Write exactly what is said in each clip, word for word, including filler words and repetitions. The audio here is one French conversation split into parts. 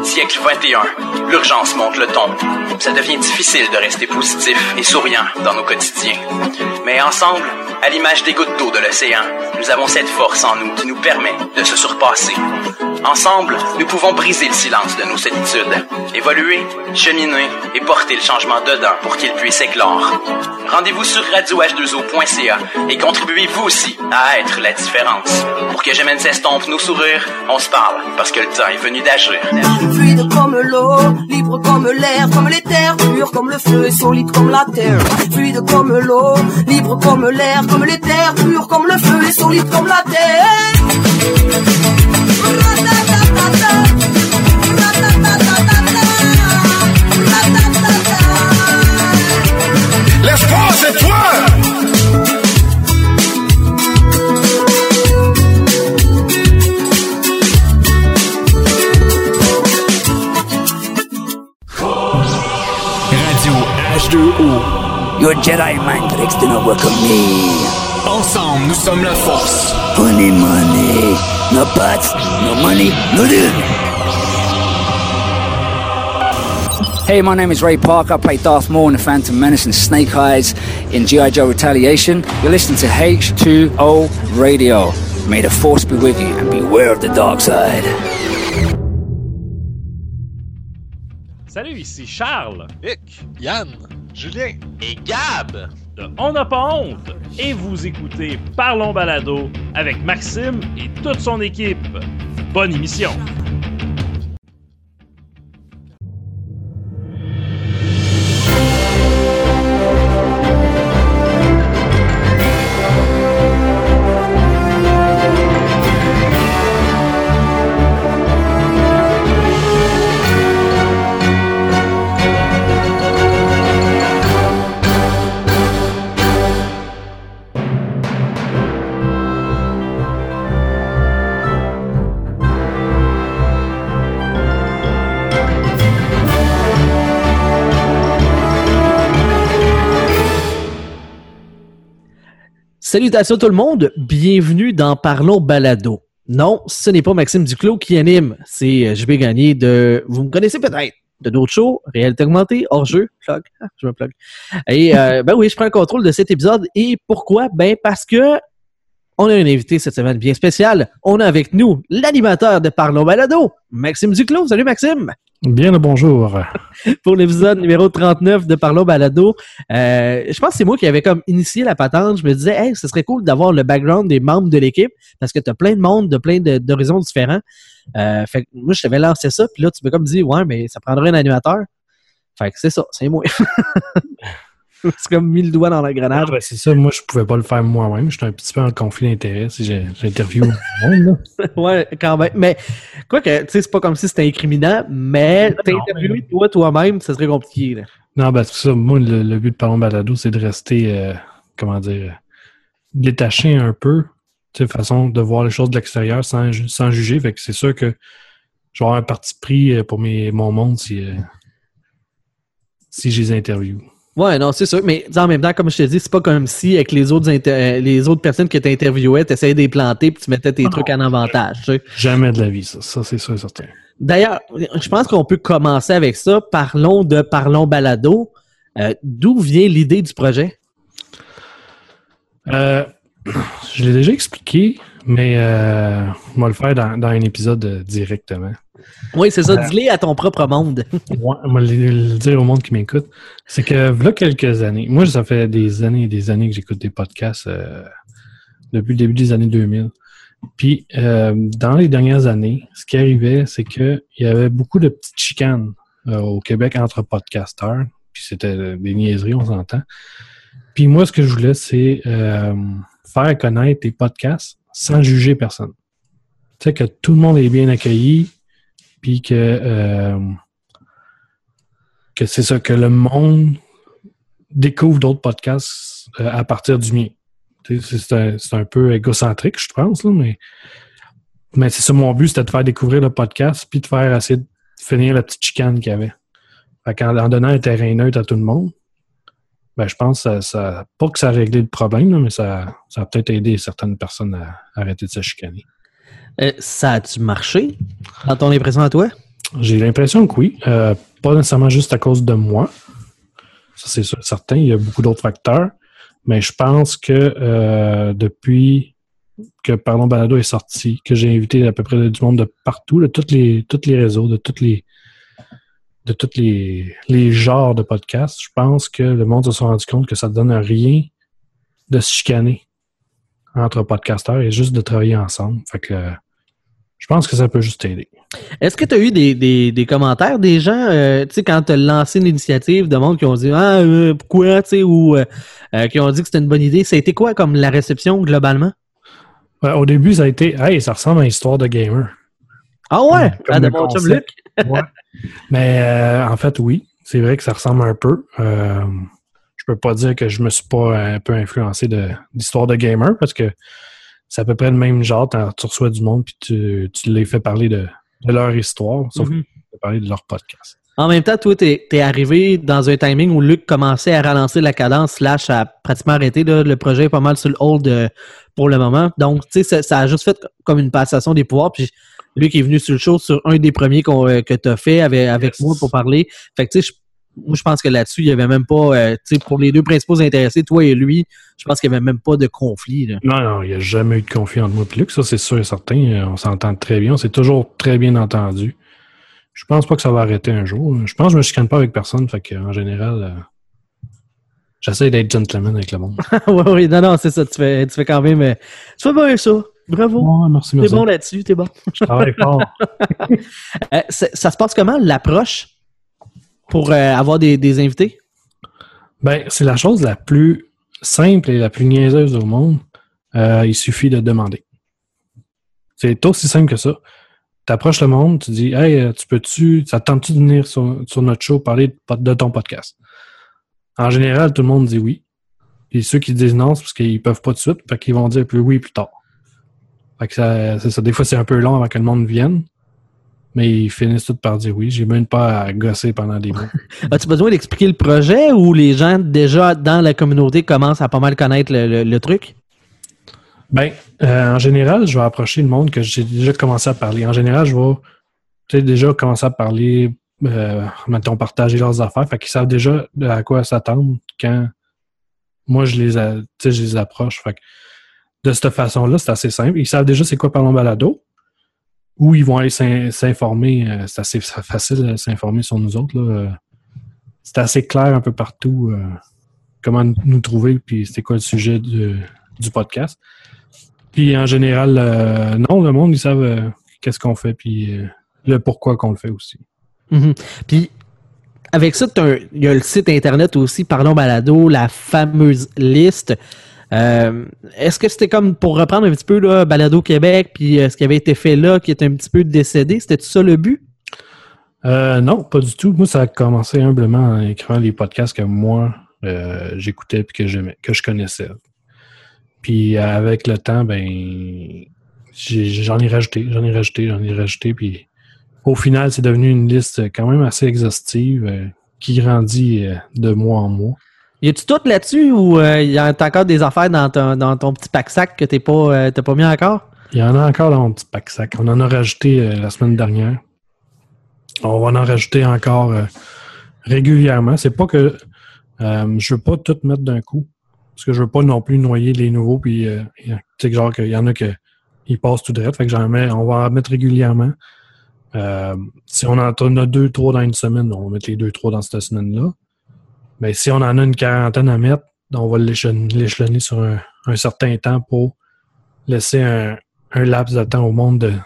Siècle vingt et un, l'urgence monte le ton. Ça devient difficile de rester positif et souriant dans nos quotidiens. Mais ensemble, à l'image des gouttes d'eau de l'océan, nous avons cette force en nous qui nous permet de se surpasser. Ensemble, nous pouvons briser le silence de nos solitudes, évoluer, cheminer et porter le changement dedans pour qu'il puisse éclore. Rendez-vous sur radio h deux o point c a et contribuez vous aussi à être la différence. Pour que jamais ne s'estompe nos sourires, on se parle parce que le temps est venu d'agir. Fluide comme l'eau, libre comme l'air, comme les terres, pur comme le feu, solide comme la terre. Fluide comme l'eau, libre comme l'air, comme les terres, pur comme le feu et solide comme la terre. L'espoir, c'est toi! Radio H deux O. Your Jedi mind tricks do not work on me. Ensemble, nous sommes la force. Money, money. No pots, no money, no deal. Hey, my name is Ray Parker. I play Darth Maul in The Phantom Menace and Snake Eyes in G I. Joe Retaliation. You're listening to H two O Radio. May the Force be with you and beware of the dark side. Salut, ici Charles, Vic, Yann, Julien et Gab de On n'a pas honte. Et vous écoutez Parlons Balado avec Maxime et toute son équipe. Bonne émission. Salutations tout le monde, bienvenue dans Parlons Balado. Non, ce n'est pas Maxime Duclos qui anime, c'est J B Gagné de, vous me connaissez peut-être, de d'autres shows, Réalité Augmentée, Hors-jeu, plug, ah, je me plug. Et euh, ben oui, je prends le contrôle de cet épisode. Et pourquoi? Ben parce que on a un invité cette semaine bien spécial. On a avec nous l'animateur de Parlons Balado, Maxime Duclos. Salut Maxime! Bien le bonjour. Pour l'épisode numéro trente-neuf de Parlons Balado, euh, je pense que c'est moi qui avais comme initié la patente. Je me disais, hey, ce serait cool d'avoir le background des membres de l'équipe parce que tu as plein de monde, de plein de, d'horizons différents. Euh, fait que moi, je t'avais lancé ça, puis là, tu m'as comme dit, ouais, mais ça prendrait un animateur. Fait que c'est ça, c'est moi. C'est comme mis le doigt dans l'engrenage. Ah, ben c'est ça, moi je pouvais pas le faire moi-même. J'étais un petit peu en conflit d'intérêt si j'ai, j'interviewe le monde. Là. Ouais, quand même. Mais quoi que, tu sais, c'est pas comme si c'était incriminant, mais t'interviewer mais... toi, toi-même, ça serait compliqué. Là. Non, ben c'est ça. Moi, le, le but de Parlons Balado, c'est de rester, euh, comment dire, détaché un peu, tu sais, façon de voir les choses de l'extérieur sans, sans juger. Fait que c'est sûr que je vais avoir un parti pris pour mes, mon monde si, euh, si je les interviewe. Ouais, non, c'est sûr. Mais en même temps, comme je te dis, c'est pas comme si avec les autres inter- les autres personnes que tu interviewais, tu essayais de les planter puis tu mettais tes non, trucs en avantage. Tu sais. Jamais de la vie, ça. Ça, c'est sûr et certain. D'ailleurs, je pense qu'on peut commencer avec ça. Parlons de Parlons Balado. Euh, d'où vient l'idée du projet? Euh, je l'ai déjà expliqué, mais euh, on va le faire dans, dans un épisode euh, directement. Oui, c'est ça. Euh, dis-le à ton propre monde. Ouais, on va le, le dire au monde qui m'écoute. C'est que, voilà quelques années, moi, ça fait des années et des années que j'écoute des podcasts euh, depuis le début des années deux mille. Puis, euh, dans les dernières années, ce qui arrivait, c'est qu'il y avait beaucoup de petites chicanes euh, au Québec entre podcasteurs. Puis, c'était des niaiseries, on s'entend. Puis, moi, ce que je voulais, c'est euh, faire connaître des podcasts sans juger personne. Tu sais, que tout le monde est bien accueilli. Puis que, euh, que c'est ça, que le monde découvre d'autres podcasts euh, à partir du mien. C'est, c'est, un, c'est un peu égocentrique, je pense, là, mais, mais c'est ça, mon but, c'était de faire découvrir le podcast puis de faire essayer de finir la petite chicane qu'il y avait. Fait qu'en en donnant un terrain neutre à tout le monde, ben, je pense que ça, ça pas que ça a réglé le problème, là, mais ça, ça a peut-être aidé certaines personnes à, à arrêter de se chicaner. Euh, ça a-tu marché, dans ton impression à toi? J'ai l'impression que oui. Euh, pas nécessairement juste à cause de moi. Ça, c'est sûr, certain. Il y a beaucoup d'autres facteurs. Mais je pense que euh, depuis que Parlons Balado est sorti, que j'ai invité à peu près du monde de partout, de tous les, tous les réseaux, de tous les de tous les, les genres de podcasts, je pense que le monde se sont rendu compte que ça ne donne rien de se chicaner entre podcasteurs et juste de travailler ensemble. Fait que euh, je pense que ça peut juste t'aider. Est-ce que tu as eu des, des, des commentaires des gens, euh, tu sais, quand tu as lancé une initiative, de monde qui ont dit « Ah, euh, pourquoi? » tu sais, ou euh, euh, qui ont dit que c'était une bonne idée. Ça a été quoi comme la réception globalement? Ouais, au début, ça a été « Hey, ça ressemble à une histoire de gamer. » Ah ouais? Comme ah, de mon chum Luc? Ouais. Mais euh, en fait, oui. C'est vrai que ça ressemble un peu. Euh, je peux pas dire que je me suis pas un peu influencé de, d'histoire de gamer parce que c'est à peu près le même genre. Tu reçois du monde puis tu, tu les fais parler de, de leur histoire, sauf mm-hmm. que tu fais parler de leur podcast. En même temps, toi, t'es, t'es arrivé dans un timing où Luc commençait à ralentir la cadence slash à pratiquement arrêter. Là, le projet est pas mal sur le hold euh, pour le moment. Donc, tu sais, ça, ça a juste fait comme une passation des pouvoirs. Puis Luc est venu sur le show sur un des premiers qu'on, euh, que tu as fait avec, avec yes. moi pour parler. Fait que, tu sais, moi, je pense que là-dessus, il n'y avait même pas, euh, tu sais, pour les deux principaux intéressés, toi et lui, je pense qu'il n'y avait même pas de conflit. Là. Non, non, il n'y a jamais eu de conflit entre moi et Luc. Ça, c'est sûr et certain. On s'entend très bien. On s'est toujours très bien entendu. Je pense pas que ça va arrêter un jour. Je pense que je me chicane pas avec personne. Fait qu'en général, euh, j'essaie d'être gentleman avec le monde. oui, oui, non, non, c'est ça. Tu fais, tu fais quand même. Euh, tu fais bien ça. Bravo. Ouais, merci, merci. T'es bon là-dessus, t'es bon. Je travaille fort. euh, ça se passe comment, l'approche, pour euh, avoir des, des invités? Ben, c'est la chose la plus simple et la plus niaiseuse au monde. Euh, il suffit de demander. C'est aussi simple que ça. Tu approches le monde, tu dis « Hey, tu peux-tu, ça te tente-tu de venir sur, sur notre show parler de, de ton podcast? » En général, tout le monde dit oui. Puis ceux qui disent non, c'est parce qu'ils peuvent pas tout de suite, fait qu'ils vont dire plus oui plus tard. Fait que ça, c'est ça. Des fois, c'est un peu long avant que le monde vienne, mais ils finissent tous par dire oui. J'ai même pas à gosser pendant des mois. As-tu besoin d'expliquer le projet ou les gens déjà dans la communauté commencent à pas mal connaître le, le, le truc? Ben, euh, en général, je vais approcher le monde que j'ai déjà commencé à parler. En général, je vais peut-être déjà commencer à parler, euh, mettons, partager leurs affaires. Fait qu'ils savent déjà à quoi s'attendre quand moi, je les, a, je les approche. Fait que de cette façon-là, c'est assez simple. Ils savent déjà c'est quoi Parlons Balado. Où ils vont aller s'informer. C'est assez facile de s'informer sur nous autres. Là. C'est assez clair un peu partout euh, comment nous trouver puis c'était quoi le sujet de, du podcast. Puis en général, euh, non, le monde, ils savent euh, qu'est-ce qu'on fait, puis euh, le pourquoi qu'on le fait aussi. Mm-hmm. Puis avec ça, il y a le site internet aussi, Parlons Balado, la fameuse liste. Euh, est-ce que c'était comme, pour reprendre un petit peu là, Balado Québec, puis euh, ce qui avait été fait là, qui était un petit peu décédé, c'était ça le but? Euh, non, pas du tout. Moi, ça a commencé humblement en écrivant les podcasts que moi, euh, j'écoutais puis que j'aimais, que je connaissais. Puis avec le temps, ben j'ai, j'en ai rajouté, j'en ai rajouté, j'en ai rajouté. Puis au final, c'est devenu une liste quand même assez exhaustive euh, qui grandit euh, de mois en mois. Y a-tu tout là-dessus ou il euh, y a encore des affaires dans ton, dans ton petit pack-sac que t'es pas, euh, t'as pas mis encore? Il y en a encore dans mon petit pack-sac. On en a rajouté euh, la semaine dernière. On va en rajouter encore euh, régulièrement. C'est pas que euh, je veux pas tout mettre d'un coup. Parce que je veux pas non plus noyer les nouveaux, puis euh, tu sais, genre qu'il y en a qui passent tout droit. Fait que j'en mets, on va en mettre régulièrement. Euh, si on en a deux, trois dans une semaine, on va mettre les deux, trois dans cette semaine-là. Mais si on en a une quarantaine à mettre, on va l'échelonner sur un, un certain temps pour laisser un, un laps de temps au monde de,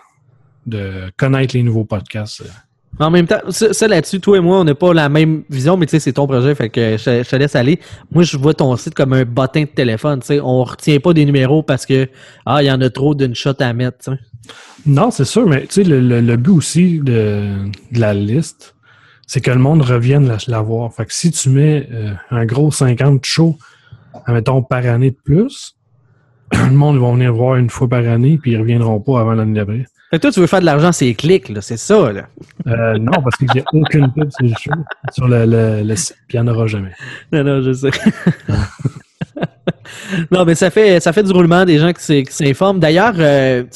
de connaître les nouveaux podcasts. En même temps, ça, ça là-dessus, toi et moi, on n'a pas la même vision, mais tu sais, c'est ton projet, fait que je, je te laisse aller. Moi, je vois ton site comme un bottin de téléphone, tu sais. On retient pas des numéros parce que, ah, il y en a trop d'une shot à mettre, tu sais. Non, c'est sûr, mais tu sais, le, le, le but aussi de, de la liste, c'est que le monde revienne la, la voir. Fait que si tu mets euh, un gros cinquante shows, admettons, par année de plus, le monde va venir voir une fois par année, puis ils reviendront pas avant l'année d'après. Fait que toi, tu veux faire de l'argent, c'est clics, là, c'est ça, là. Euh, non, parce qu'il n'y a aucune pub sur le show, sur le, le, le site, puis il n'y en aura jamais. Non, non, je sais. Non, mais ça fait ça fait du roulement des gens qui, qui s'informent. D'ailleurs, euh, tu sais,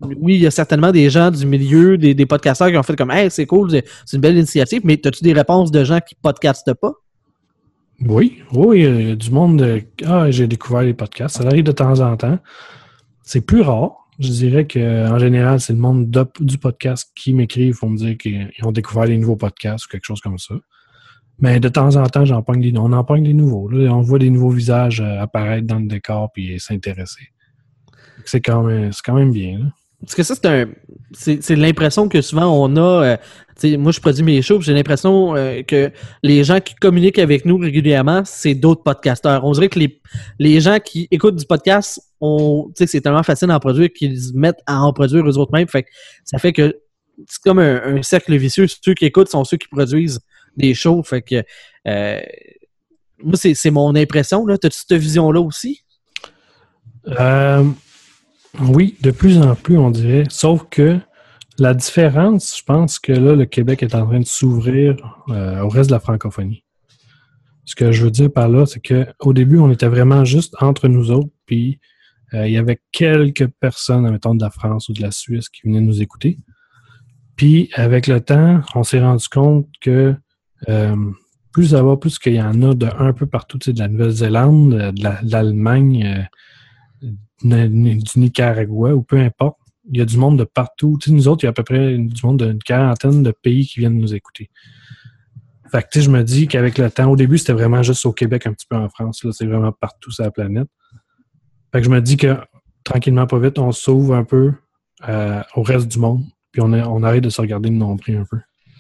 oui, il y a certainement des gens du milieu, des, des podcasteurs qui ont fait comme « Hey, c'est cool, c'est, c'est une belle initiative », mais as-tu des réponses de gens qui podcastent pas? Oui, oui, il y a du monde de « Ah, j'ai découvert les podcasts ». Ça arrive de temps en temps. C'est plus rare. Je dirais qu'en général, c'est le monde de, du podcast qui m'écrivent pour me dire qu'ils ont découvert les nouveaux podcasts ou quelque chose comme ça. Mais de temps en temps, j'en pogne des, on en pogne des nouveaux. Là, on voit des nouveaux visages apparaître dans le décor et s'intéresser. C'est quand même, c'est quand même bien. Là. Parce que ça, c'est un, c'est, c'est l'impression que souvent on a. Euh, tu sais, moi, je produis mes shows, j'ai l'impression euh, que les gens qui communiquent avec nous régulièrement, c'est d'autres podcasteurs. On dirait que les, les gens qui écoutent du podcast, on, tu sais, c'est tellement facile d'en produire qu'ils se mettent à en produire eux autres mêmes. Fait que ça fait que c'est comme un, un cercle vicieux. Ceux qui écoutent sont ceux qui produisent des shows. Fait que euh, moi, c'est, c'est mon impression. Là. T'as-tu cette vision-là aussi? Euh. Oui, de plus en plus, on dirait. Sauf que la différence, je pense que là, le Québec est en train de s'ouvrir euh, au reste de la francophonie. Ce que je veux dire par là, c'est qu'au début, on était vraiment juste entre nous autres, puis euh, il y avait quelques personnes, mettons, de la France ou de la Suisse qui venaient nous écouter. Puis, avec le temps, on s'est rendu compte que euh, plus ça va, plus qu'il y en a de un peu partout, tu sais, de la Nouvelle-Zélande, de, la, de l'Allemagne, euh, du Nicaragua ou peu importe. Il y a du monde de partout. Tu sais, nous autres, il y a à peu près du monde d'une quarantaine de pays qui viennent nous écouter. Fait que tu sais, je me dis qu'avec le temps, au début, c'était vraiment juste au Québec, un petit peu en France. Là, c'est vraiment partout sur la planète. Fait que je me dis que tranquillement, pas vite, on s'ouvre un peu euh, au reste du monde. Puis on, a, on arrête de se regarder le nombril un peu.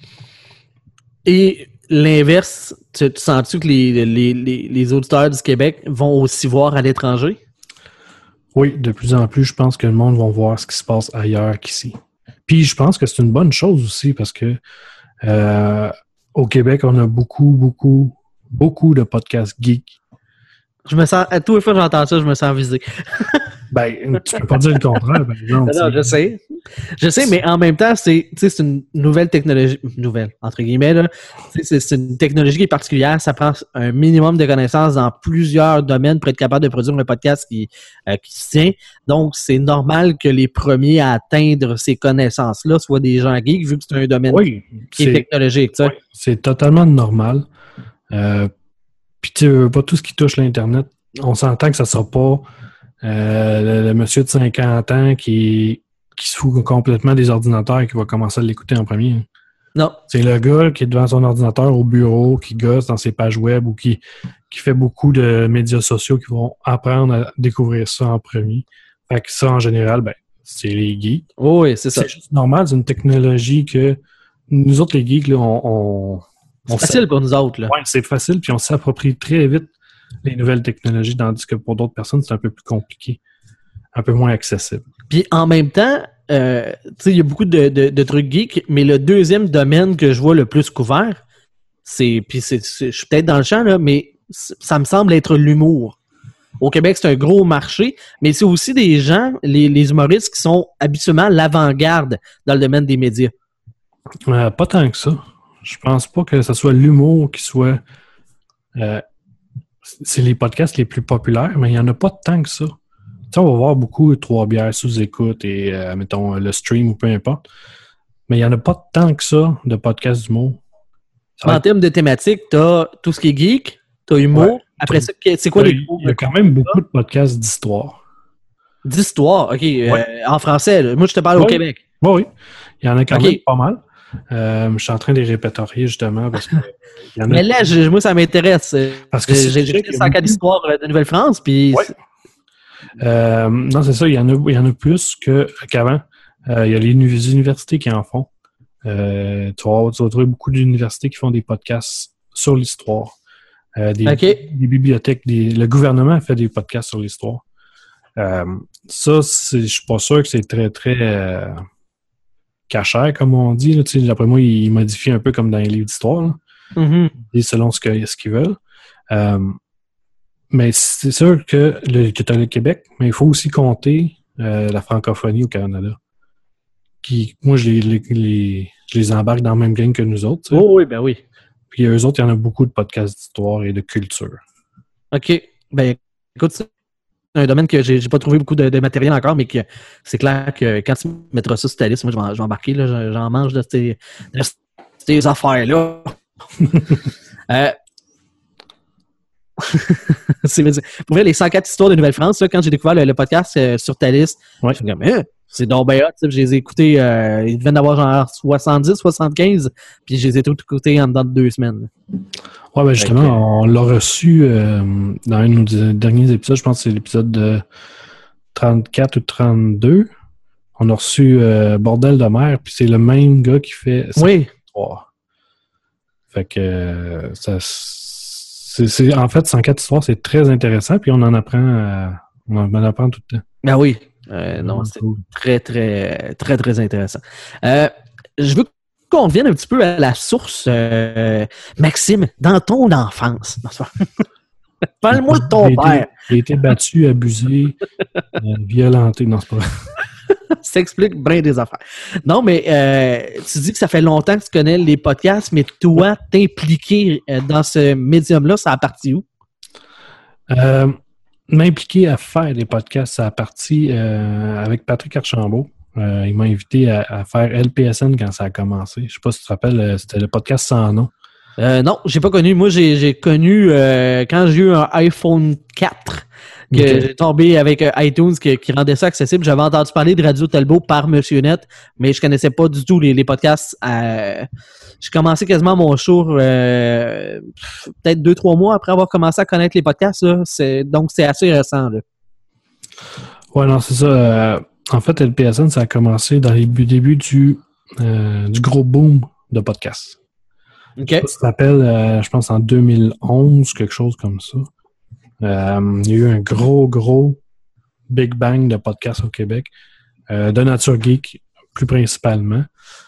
Et l'inverse, tu, tu sens-tu que les, les, les, les auditeurs du Québec vont aussi voir à l'étranger? Oui, de plus en plus, je pense que le monde va voir ce qui se passe ailleurs qu'ici. Puis je pense que c'est une bonne chose aussi parce que euh, au Québec, on a beaucoup, beaucoup, beaucoup de podcasts geeks. Je me sens, à tous les fois que j'entends ça, je me sens visé. Ben, tu peux pas dire le contraire, par exemple. Non, non, je sais. Je sais, mais en même temps, c'est, c'est une nouvelle technologie, nouvelle, entre guillemets, là. C'est, c'est une technologie qui est particulière. Ça prend un minimum de connaissances dans plusieurs domaines pour être capable de produire un podcast qui, euh, qui se tient. Donc, c'est normal que les premiers à atteindre ces connaissances-là soient des gens geeks, vu que c'est un domaine oui, qui est, est technologique. Tu sais. Oui, c'est totalement normal. Euh, Puis, tu sais, pas tout ce qui touche l'Internet, on s'entend que ça sera pas euh, le, le monsieur de cinquante ans qui, qui se fout complètement des ordinateurs et qui va commencer à l'écouter en premier. Non. C'est le gars qui est devant son ordinateur au bureau, qui gosse dans ses pages web ou qui, qui fait beaucoup de médias sociaux qui vont apprendre à découvrir ça en premier. Fait que ça, en général, ben, c'est les geeks. Oh oui, c'est ça. C'est juste normal, c'est une technologie que nous autres, les geeks, là, on... on c'est facile pour nous autres. Là. Oui, c'est facile, puis on s'approprie très vite les nouvelles technologies, tandis que pour d'autres personnes, c'est un peu plus compliqué, un peu moins accessible. Puis en même temps, euh, tu sais, il y a beaucoup de, de, de trucs geeks, mais le deuxième domaine que je vois le plus couvert, c'est, puis c'est, c'est, je suis peut-être dans le champ, là, mais ça me semble être l'humour. Au Québec, c'est un gros marché, mais c'est aussi des gens, les, les humoristes, qui sont habituellement l'avant-garde dans le domaine des médias. Euh, pas tant que ça. Je pense pas que ce soit l'humour qui soit... Euh, c'est les podcasts les plus populaires, mais il n'y en a pas tant que ça. Tu sais, on va voir beaucoup Trois bières sous écoute et, euh, mettons, le stream ou peu importe. Mais il n'y en a pas tant que ça de podcasts d'humour. En termes de thématiques, tu as tout ce qui est geek, tu as humour. Ouais. Après ça, c'est quoi les... Il y a quand même beaucoup de podcasts d'histoire. D'histoire, OK. Ouais. Euh, en français, là. Moi, je te parle oui. au Québec. Oui, oui. Il y en a quand okay. même pas mal. Euh, je suis en train de les répertorier justement parce que y en a... Mais là, je, moi, ça m'intéresse. Parce que j'ai écrit cent quatre histoires de Nouvelle-France, puis... Ouais. Euh, non, c'est ça, il y en a, il y en a plus que, qu'avant. Euh, il y a les universités qui en font. Euh, tu, vas, tu vas trouver beaucoup d'universités qui font des podcasts sur l'histoire. Euh, des, okay. des bibliothèques, des, le gouvernement fait des podcasts sur l'histoire. Euh, ça, c'est, je suis pas sûr que c'est très, très... Euh, cachère, comme on dit. Là, d'après moi, ils modifient un peu comme dans les livres d'histoire. Mm-hmm. Et selon ce, que, ce qu'ils veulent. Euh, mais c'est sûr que, le, que tu as le Québec, mais il faut aussi compter euh, la francophonie au Canada. Qui, moi, je les, les, les, je les embarque dans le même gang que nous autres. T'sais. Oh oui, ben oui. Puis eux autres, il y en a beaucoup de podcasts d'histoire et de culture. OK. Ben, écoute, un domaine que j'ai, j'ai pas trouvé beaucoup de, de matériel encore, mais que c'est clair que quand tu mettras ça sur ta liste, moi, je vais, je vais embarquer, là, j'en mange de ces, de ces affaires-là. euh, c'est, pour vrai, les cent quatre histoires de Nouvelle-France, là, quand j'ai découvert le, le podcast euh, sur ta liste, ouais. je me suis dit, eh, c'est donc bien hot. Je les ai écoutés, euh, ils devaient en avoir genre soixante-dix, soixante-quinze, puis je les ai tous écoutés en dedans de deux semaines. Ouais, ben justement, okay. On l'a reçu euh, dans un de nos derniers épisodes, je pense que c'est l'épisode de trente-quatre ou trente-deux. On a reçu euh, Bordel de mer, puis c'est le même gars qui fait oui. histoires. Fait que euh, ça, c'est, c'est, en fait, cent quatre histoires, c'est très intéressant, puis on en apprend, euh, on en apprend tout le temps. Ben oui. Euh, non, c'est très, très, très, très intéressant. Euh, je veux qu'on revienne un petit peu à la source, euh, Maxime, dans ton enfance. Parle-moi de ton j'ai père. Été, j'ai été battu, abusé, euh, violenté. Non, c'est pas vrai. Ça explique bien des affaires. Non, mais euh, tu dis que ça fait longtemps que tu connais les podcasts, mais toi, t'impliquer dans ce médium-là, ça a parti où? Euh, m'impliquer à faire des podcasts, ça a parti euh, avec Patrick Archambault. Euh, il m'a invité à, à faire L P S N quand ça a commencé. Je sais pas si tu te rappelles, c'était le podcast sans nom. Euh, non, j'ai pas connu. Moi, j'ai, j'ai connu euh, quand j'ai eu un iPhone quatre, que okay. j'ai tombé avec euh, iTunes qui, qui rendait ça accessible. J'avais entendu parler de Radio Talbot par Monsieur Net, mais je connaissais pas du tout les, les podcasts. Euh, j'ai commencé quasiment mon show euh, peut-être deux, trois mois après avoir commencé à connaître les podcasts. Là. C'est, donc, c'est assez récent. Là. Ouais, non, c'est ça. Euh, en fait, L P S N, ça a commencé dans les débuts du, euh, du gros boom de podcasts. Okay. Ça s'appelle, euh, je pense, en deux mille onze, quelque chose comme ça. Euh, il y a eu un gros, gros Big Bang de podcasts au Québec, euh, de nature geek, plus principalement.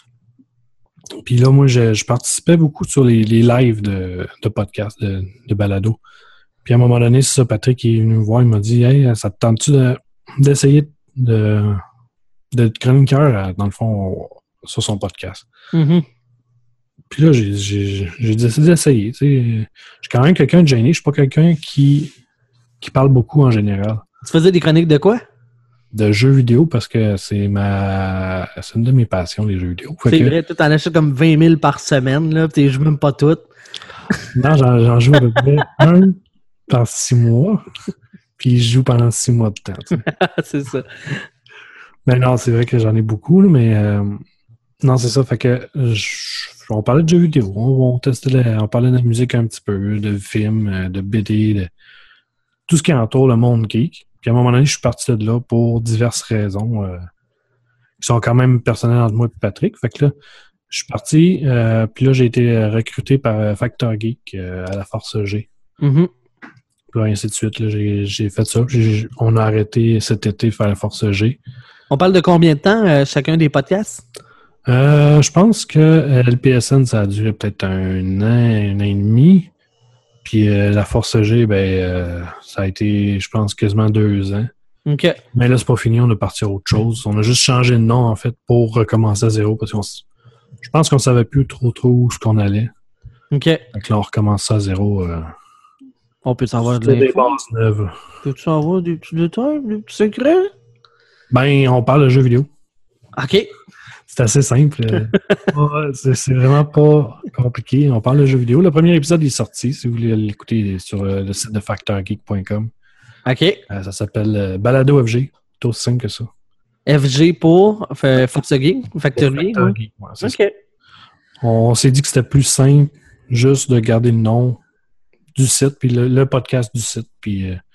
Puis là, moi, je, je participais beaucoup sur les, les lives de, de podcasts, de, de balado. Puis à un moment donné, c'est ça, Patrick est venu me voir, il m'a dit « Hey, ça te tente-tu de, d'essayer de, de chroniqueur, dans le fond, sur son podcast? Mm-hmm. » Puis là, j'ai, j'ai, j'ai décidé d'essayer. Tu sais. Je suis quand même quelqu'un de gêné. Je suis pas quelqu'un qui, qui parle beaucoup en général. Tu faisais des chroniques de quoi? De jeux vidéo, parce que c'est ma c'est une de mes passions, les jeux vidéo. Fait c'est que... vrai, tu en achètes comme vingt mille par semaine, là, tu joues même pas toutes. Non, j'en, j'en joue à peu près un par six mois, puis je joue pendant six mois de temps. Tu sais. C'est ça. Mais non, c'est vrai que j'en ai beaucoup, mais euh... non, c'est ça. Fait que je... on parlait de jeux vidéo, on, on testait, la... on parlait de la musique un petit peu, de films, de B D, de tout ce qui entoure le monde geek. Puis à un moment donné, je suis parti de là pour diverses raisons euh, qui sont quand même personnelles entre moi et Patrick. Fait que là, je suis parti, euh, puis là, j'ai été recruté par Factor Geek euh, à la Force G. Mm-hmm. Puis là, ainsi de suite, là, j'ai, j'ai fait ça. J'ai, on a arrêté cet été de faire la Force G. On parle de combien de temps, euh, chacun des podcasts? Euh, je pense que L P S N, ça a duré peut-être un an, un an et demi. Puis euh, la Force G, ben euh, ça a été, je pense, quasiment deux ans. OK. Mais là, c'est pas fini, on a parti à autre chose. On a juste changé de nom, en fait, pour recommencer à zéro, parce qu'on je pense qu'on savait plus trop trop où ce qu'on allait. OK. Donc là, on recommence à zéro. Euh, on peut savoir de l'info. Des bases neuves. Peux-tu savoir des petits détails, des petits secrets? Ben, on parle de jeux vidéo. OK. C'est assez simple. c'est, c'est vraiment pas compliqué. On parle de jeux vidéo. Le premier épisode est sorti, si vous voulez l'écouter sur le site de factor geek point com. OK. Euh, ça s'appelle euh, Balado F G. C'est aussi simple que ça. F G pour euh, Force Geek? Factory? Factor ouais. Geek, ouais, c'est OK. Ça. On s'est dit que c'était plus simple juste de garder le nom du site, puis le, le podcast du site, puis euh,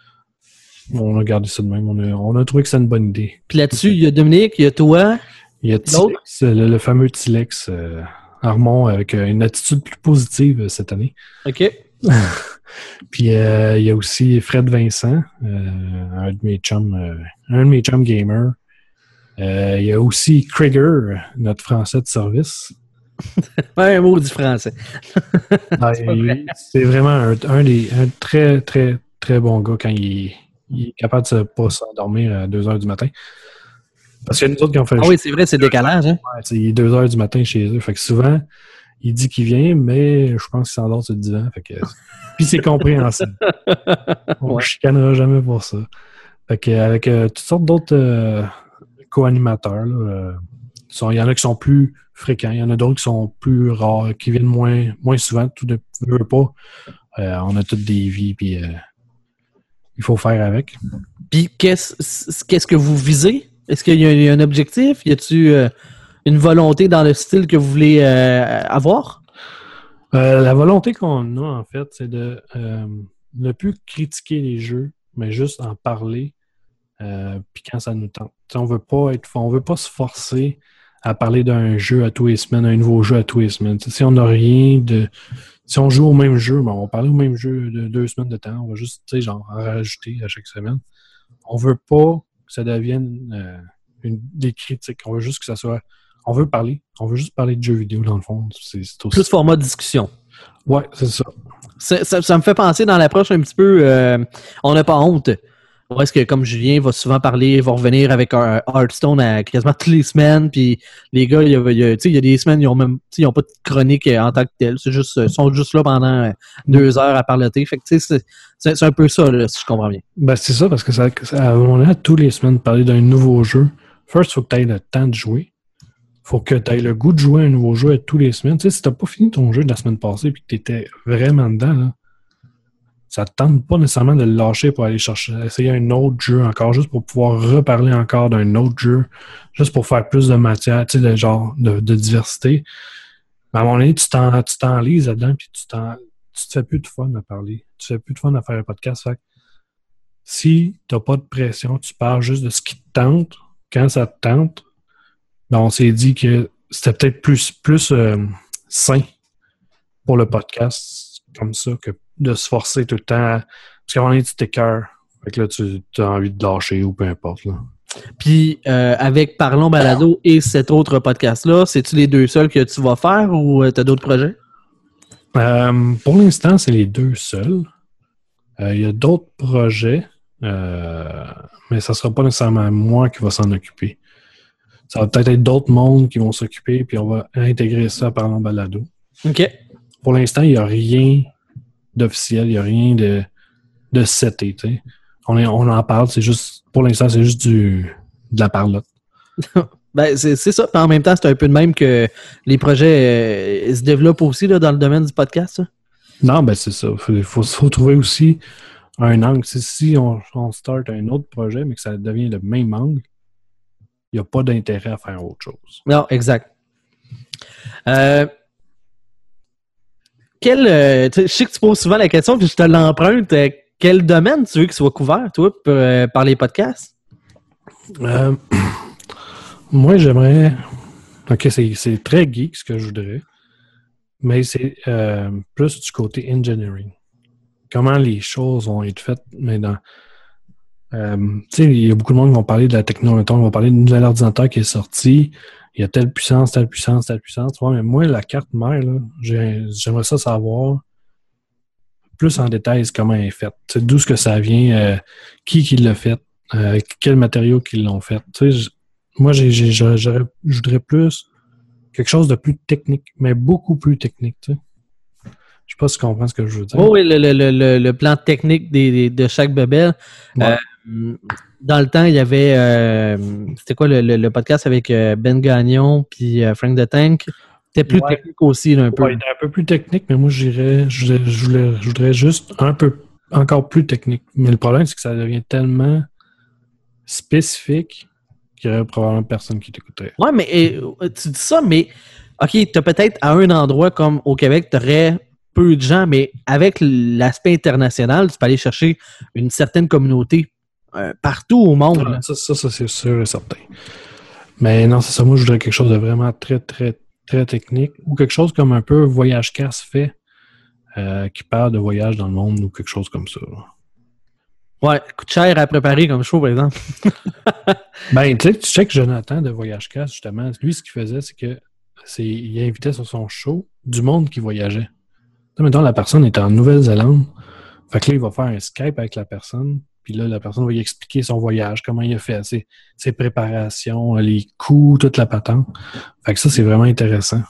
on a gardé ça de même. On a, on a trouvé que c'était une bonne idée. Puis là-dessus, il y a Dominique, il y a toi. Il y a Tilex, le, le fameux Tilex euh, Armand avec euh, une attitude plus positive euh, cette année. OK. Puis euh, il y a aussi Fred Vincent, euh, un de mes chums, euh, un de mes chums gamers. Euh, il y a aussi Krieger, notre français de service. Un mot du français. ah, il, c'est vraiment un, un des un très, très, très bon gars quand il, il est capable de ne pas s'endormir à deux heures du matin. Parce qu'il y a nous autres qui ont fait... Ah oui, c'est vrai, c'est décalage. Hein? Ouais, il est deux heures du matin chez eux. Fait que souvent, il dit qu'il vient, mais je pense qu'il s'endort sur le divan. Fait que, puis c'est compréhensible. On ne Ouais. chicanera jamais pour ça. Fait que, avec euh, toutes sortes d'autres euh, co-animateurs, là, euh, sont- il y en a qui sont plus fréquents, il y en a d'autres qui sont plus rares, qui viennent moins, moins souvent. Tout ne veut pas. Euh, on a toutes des vies, puis euh, il faut faire avec. Puis qu'est-ce qu'est-ce que vous visez? Est-ce qu'il y a, il y a un objectif? Y a-tu euh, une volonté dans le style que vous voulez euh, avoir? Euh, la volonté qu'on a, en fait, c'est de euh, ne plus critiquer les jeux, mais juste en parler, euh, puis quand ça nous tente. T'sais, on veut pas être, on veut pas se forcer à parler d'un jeu à tous les semaines, un nouveau jeu à tous les semaines. T'sais, si on n'a rien de... Si on joue au même jeu, ben, on va parler au même jeu de deux semaines de temps. On va juste, tu sais, genre, en rajouter à chaque semaine. On veut pas que ça devienne euh, une, des critiques. On veut juste que ça soit... On veut parler. On veut juste parler de jeux vidéo, dans le fond. C'est, c'est aussi... Plus format de discussion. Ouais, c'est ça. Ça, ça, ça me fait penser dans l'approche un petit peu, euh, on n'a pas honte. Où est-ce que, comme Julien va souvent parler, va revenir avec un Hearthstone à quasiment toutes les semaines, puis les gars, il y a, il y a, tu sais, il y a des semaines, ils ont même, ils ont pas de chronique en tant que telle. C'est juste, ils sont juste là pendant deux heures à parloter. Fait que, tu sais, c'est, c'est, c'est un peu ça, là, si je comprends bien. Ben, c'est ça, parce que ça, ça, on a tous les semaines parler d'un nouveau jeu. First, il faut que tu aies le temps de jouer. Faut que tu aies le goût de jouer à un nouveau jeu à tous les semaines. Tu sais, si t'as pas fini ton jeu de la semaine passée et que tu étais vraiment dedans, là, ça te tente pas nécessairement de le lâcher pour aller chercher, essayer un autre jeu encore, juste pour pouvoir reparler encore d'un autre jeu, juste pour faire plus de matière, tu sais, de genre de, de diversité. Mais à un moment donné, tu, t'en, tu t'enlises là-dedans puis tu, t'en, tu te fais plus de fun à parler. Tu te fais plus de fun à faire un podcast. Fait que si t'as pas de pression, tu parles juste de ce qui te tente, quand ça te tente, ben on s'est dit que c'était peut-être plus, plus euh, sain pour le podcast comme ça que de se forcer tout le temps. À... Parce qu'à un moment donné, tu t'écœures. Fait que là, tu as envie de lâcher ou peu importe. Là. Puis, euh, avec Parlons Balado et cet autre podcast-là, c'est-tu les deux seuls que tu vas faire ou tu as d'autres projets? Euh, pour l'instant, c'est les deux seuls. Il euh, y a d'autres projets, euh, mais ça ne sera pas nécessairement moi qui va s'en occuper. Ça va peut-être être d'autres mondes qui vont s'occuper, puis on va intégrer ça à Parlons Balado. OK. Pour l'instant, il n'y a rien d'officiel, il n'y a rien de, de seté. Tu sais. On, est, on en parle, c'est juste, pour l'instant, c'est juste du, de la parlotte. Ben, c'est, c'est ça. Puis en même temps, c'est un peu de même que les projets euh, se développent aussi là, dans le domaine du podcast. Ça. Non, ben c'est ça. Il faut, faut, faut trouver aussi un angle. C'est si on, on start un autre projet, mais que ça devient le même angle, il n'y a pas d'intérêt à faire autre chose. Non, exact. Euh, quel, euh, je sais que tu poses souvent la question, puis je te l'emprunte. Euh, quel domaine tu veux qu'il soit couvert, toi, pour, euh, par les podcasts? Euh, moi, j'aimerais... OK, c'est, c'est très geek ce que je voudrais, mais c'est euh, plus du côté engineering. Comment les choses vont être faites, mais dans... Euh, tu sais, il y a beaucoup de monde qui vont parler de la technologie, on va parler d'un nouvel ordinateur qui est sorti, il y a telle puissance, telle puissance, telle puissance. Ouais, mais moi, la carte mère, là, j'ai, j'aimerais ça savoir plus en détail comment elle est faite. Tu sais, d'où est-ce que ça vient, euh, qui qui l'a fait, euh, quels matériaux qui l'ont fait. Tu sais, moi, j'ai, j'ai, j'aurais, je voudrais plus quelque chose de plus technique, mais beaucoup plus technique. Tu sais. Je sais pas si tu comprends ce que je veux dire. Oh, oui, le, le, le, le plan technique des, des, de chaque bebelle. Ouais. Euh, dans le temps, il y avait... Euh, c'était quoi le, le, le podcast avec Ben Gagnon puis euh, Frank the Tank? C'était plus ouais. technique aussi, là, un peu. Ouais, un peu plus technique, mais moi, j'irais, je, je, voulais, je voudrais juste un peu encore plus technique. Mais le problème, c'est que ça devient tellement spécifique qu'il y aurait probablement personne qui t'écouterait. Ouais, mais et, tu dis ça, mais OK, tu as peut-être à un endroit comme au Québec, tu aurais peu de gens, mais avec l'aspect international, tu peux aller chercher une certaine communauté euh, partout au monde. Ah, ça, ça, ça, c'est sûr et certain. Mais non, c'est ça. Moi, je voudrais quelque chose de vraiment très, très, très technique ou quelque chose comme un peu Voyage Casse fait, euh, qui parle de voyage dans le monde ou quelque chose comme ça. Ouais, coûte cher à préparer comme show, par exemple. Ben, tu sais, tu sais que Jonathan de Voyage Casse, justement, lui, ce qu'il faisait, c'est que c'est, il invitait sur son show du monde qui voyageait. Mettons, la personne est en Nouvelle-Zélande. Fait que là, il va faire un Skype avec la personne. Puis là, la personne va lui expliquer son voyage, comment il a fait, ses, ses préparations, les coûts, toute la patente. Fait que ça, c'est vraiment intéressant.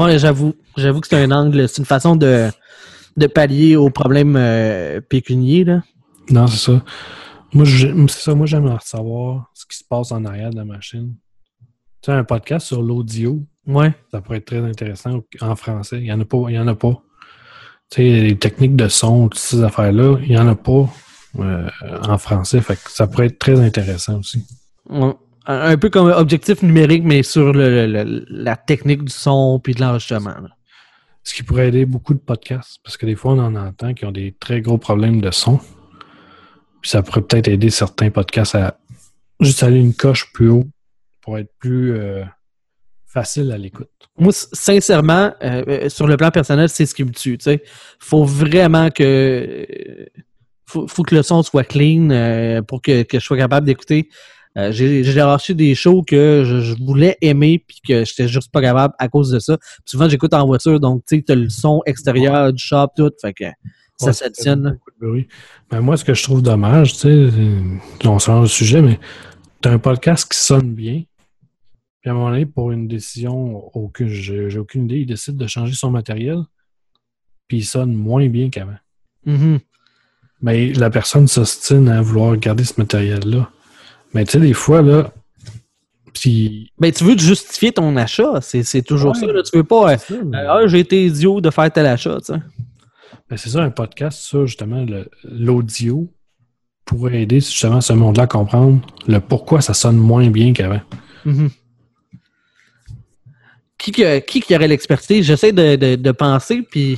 Ouais, j'avoue. J'avoue que c'est un angle, c'est une façon de, de pallier aux problèmes euh, pécuniers, là. Non, c'est ça. Moi, c'est ça. Moi, j'aimerais savoir ce qui se passe en arrière de la machine. Tu sais, un podcast sur l'audio, ouais. Ça pourrait être très intéressant en français. Il n'y en a pas. Il y en a pas. Tu sais, les techniques de son, toutes ces affaires-là, il n'y en a pas euh, en français. Fait que ça pourrait être très intéressant aussi. Ouais. Un peu comme objectif numérique, mais sur le, le, la technique du son puis de l'enregistrement. Là. Ce qui pourrait aider beaucoup de podcasts, parce que des fois, on en entend qui ont des très gros problèmes de son. Puis ça pourrait peut-être aider certains podcasts à juste aller une coche plus haut pour être plus euh, facile à l'écoute. Moi, sincèrement, euh, sur le plan personnel, c'est ce qui me tue. Il faut vraiment que... Euh, faut, faut que le son soit clean euh, pour que, que je sois capable d'écouter. Euh, j'ai, j'ai reçu des shows que je, je voulais aimer puis que j'étais juste pas capable à cause de ça. Puis souvent, j'écoute en voiture, donc tu sais, t'as le son extérieur du shop, tout, fait que ça ouais, s'additionne. Ben, moi, ce que je trouve dommage, tu sais, on se change de sujet, mais t'as un podcast qui sonne bien, puis à un moment donné, pour une décision, aucune, j'ai, j'ai aucune idée, il décide de changer son matériel, puis il sonne moins bien qu'avant. Mm-hmm. Mais la personne s'ostine à vouloir garder ce matériel-là. Mais tu sais, des fois, là, pis... Ben, tu veux te justifier ton achat, c'est, c'est toujours ouais, ça, là. Tu veux pas, euh, ça, mais... ah, j'ai été idiot de faire tel achat, tu sais. Ben, c'est ça, un podcast, ça, justement, le, l'audio pourrait aider, justement, ce monde-là à comprendre le pourquoi ça sonne moins bien qu'avant. Mm-hmm. Qui, qui, qui aurait l'expertise? J'essaie de, de, de penser, puis...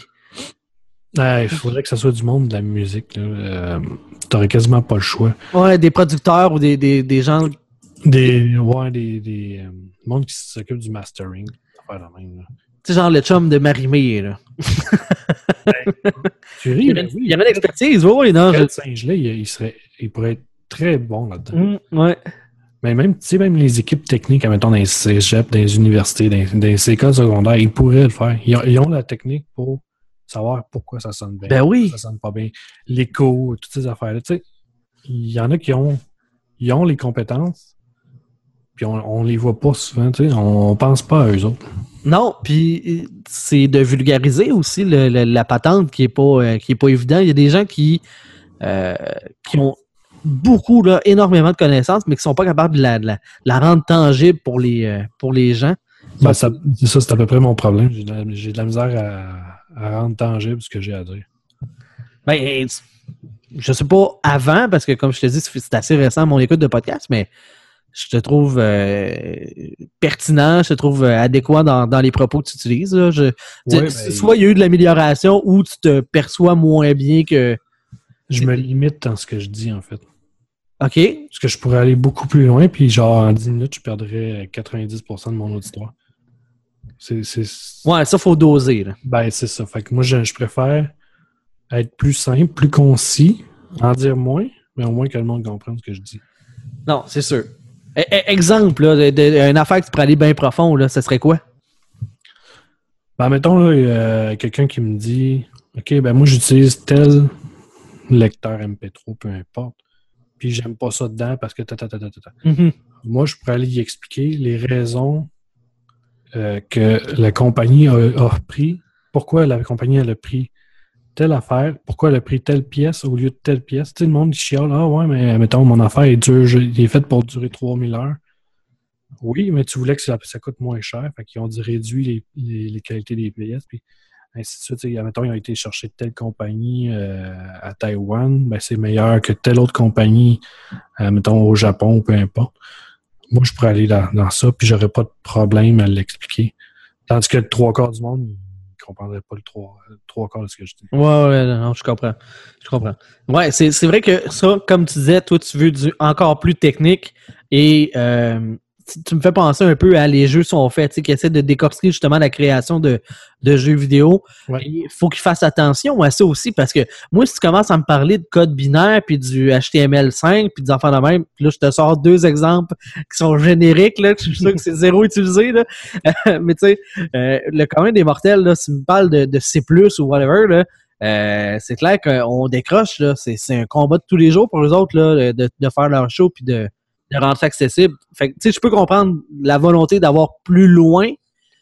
Il faudrait que ça soit du monde de la musique. Là. Euh, t'aurais quasiment pas le choix. Ouais, des producteurs ou des, des, des gens... Des, ouais, des, des euh, monde qui s'occupe du mastering. Faire la même, là. Tu sais, genre le chum de Marie-Mé, là. Ben, tu ris, il y avait, oui, il y avait l'expertise, oui, non. Je... Singe-là, il, il, serait, il pourrait être très bon là-dedans. Mmh, ouais. Mais même, tu sais, même les équipes techniques, mettons, dans les cégeps, dans les universités, dans, dans les écoles secondaires, ils pourraient le faire. Ils ont, ils ont la technique pour savoir pourquoi ça sonne bien, ben oui. ça sonne pas bien, l'écho, toutes ces affaires-là. Tu sais, il y en a qui ont, ils ont les compétences, puis on, on les voit pas souvent, tu sais, on, on pense pas à eux autres. Non, puis c'est de vulgariser aussi le, le, la patente qui est pas euh, qui est pas évident. Il y a des gens qui euh, qui ont beaucoup, là, énormément de connaissances, mais qui sont pas capables de la, de la, de la rendre tangible pour les euh, pour les gens. Ben, ça, c'est ça, c'est à peu près mon problème. J'ai de la, j'ai de la misère à, à rendre tangible ce que j'ai à dire. Ben, je sais pas avant, parce que comme je te dis, c'est assez récent mon écoute de podcast, mais je te trouve euh, pertinent, je te trouve adéquat dans, dans les propos que tu utilises. Là. Je, ouais, tu, ben, soit il y a eu de l'amélioration ou tu te perçois moins bien que... Je me limite dans ce que je dis, en fait. OK. Parce que je pourrais aller beaucoup plus loin, puis genre en dix minutes, je perdrais quatre-vingt-dix pour cent de mon auditoire. C'est, c'est... Ouais, ça, faut doser. Là. Ben, c'est ça. Fait que moi, je, je préfère être plus simple, plus concis, en dire moins, mais au moins que le monde comprenne ce que je dis. Non, c'est sûr. E- exemple, là, de, de, une affaire que tu pourrais aller bien profond, là, ça serait quoi? Ben, mettons, là, euh, quelqu'un qui me dit « OK, ben moi, j'utilise tel lecteur M P trois, peu importe, puis j'aime pas ça dedans parce que... ta ta ta ta ta. Mm-hmm. » Moi, je pourrais aller y expliquer les raisons euh, que la compagnie a, a pris, pourquoi la compagnie elle a pris telle affaire, pourquoi elle a pris telle pièce au lieu de telle pièce. Tu sais, le monde qui chiale, ah ouais, mais mettons, mon affaire est dure, je, il est fait pour durer trois mille heures. Oui, mais tu voulais que ça, ça coûte moins cher, fait qu'ils ont dit réduire les, les, les qualités des pièces, puis ainsi de suite. Tu sais, mettons, ils ont été chercher telle compagnie euh, à Taïwan, ben c'est meilleur que telle autre compagnie, euh, mettons, au Japon, peu importe. Moi, je pourrais aller dans, dans ça, puis j'aurais pas de problème à l'expliquer. Tandis que le trois quarts du monde, je comprendrais pas le trois, le trois quarts de ce que je dis. Ouais, ouais, non, je comprends. Je comprends. Ouais, c'est, c'est vrai que ça, comme tu disais, toi, tu veux du encore plus technique et euh, tu, tu me fais penser un peu à les jeux sont faits, tu sais, qui essaient de décortiquer justement la création de, de jeux vidéo. Ouais. Il faut qu'ils fassent attention à ça aussi parce que moi, si tu commences à me parler de code binaire puis du H T M L cinq puis des enfants de même, puis là, je te sors deux exemples qui sont génériques, là, je suis sûr que c'est zéro utilisé, là. Mais tu sais, euh, le commun des mortels, là, si tu me parles de, de C plus ou whatever, là, euh, c'est clair qu'on décroche, là. C'est, c'est un combat de tous les jours pour eux autres, là, de, de faire leur show puis de de rendre ça accessible. Fait que, tu sais, je peux comprendre la volonté d'avoir plus loin,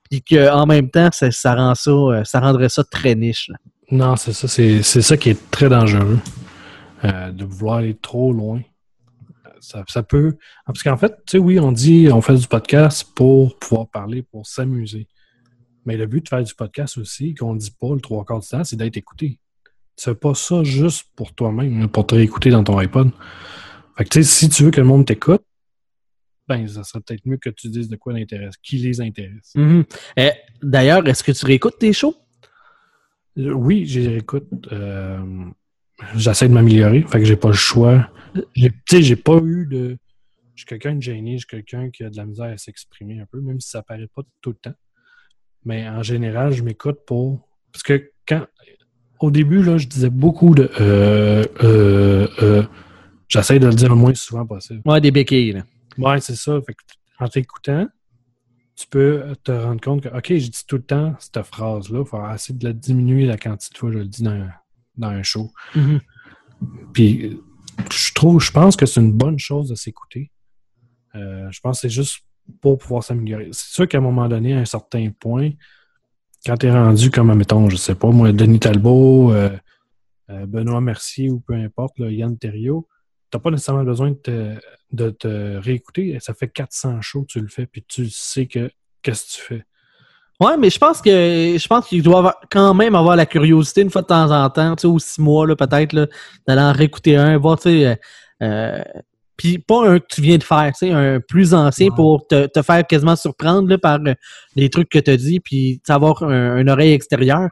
puis qu'en même temps, ça, ça rend ça, euh, ça rendrait ça très niche. Là. Non, c'est ça. C'est, c'est ça qui est très dangereux. Euh, de vouloir aller trop loin. Ça, ça peut... Parce qu'en fait, tu sais, oui, on dit on fait du podcast pour pouvoir parler, pour s'amuser. Mais le but de faire du podcast aussi, qu'on ne dit pas le trois quarts du temps, c'est d'être écouté. Tu fais pas ça juste pour toi-même, pour te réécouter dans ton iPod. Fait que tu sais, si tu veux que le monde t'écoute, ben, ça serait peut-être mieux que tu dises de quoi l'intéresse, qui les intéresse. Mm-hmm. Eh, d'ailleurs, est-ce que tu réécoutes tes shows? Euh, oui, j'y réécoute. Euh, j'essaie de m'améliorer, fait que j'ai pas le choix. Tu sais, j'ai pas eu de... Je suis quelqu'un de gêné, je suis quelqu'un qui a de la misère à s'exprimer un peu, même si ça paraît pas tout le temps. Mais en général, je m'écoute pour... Parce que quand... Au début, là, je disais beaucoup de... Euh, euh, euh, j'essaie de le dire le moins souvent possible. Ouais, des béquilles, là. Ouais, c'est ça. Fait que en t'écoutant, tu peux te rendre compte que, OK, je dis tout le temps cette phrase-là, il faut essayer de la diminuer la quantité de fois que je le dis dans, dans un show. Mm-hmm. Puis, je trouve, je pense que c'est une bonne chose de s'écouter. Euh, je pense que c'est juste pour pouvoir s'améliorer. C'est sûr qu'à un moment donné, à un certain point, quand tu es rendu comme, mettons, je sais pas, moi, Denis Talbot, euh, euh, Benoît Mercier ou peu importe, là, Yann Terriot, tu n'as pas nécessairement besoin de te, de te réécouter. Ça fait quatre cents shows que tu le fais, puis tu sais que qu'est-ce que tu fais. Ouais, mais je pense que je pense qu'il doit avoir, quand même avoir la curiosité une fois de temps en temps, tu sais, aux six mois, là, peut-être, là, d'aller en réécouter un, voir, tu sais, euh, puis pas un que tu viens de faire, tu sais, un plus ancien ouais. pour te, te faire quasiment surprendre là, par les trucs que tu as dit, puis avoir un, une oreille extérieure.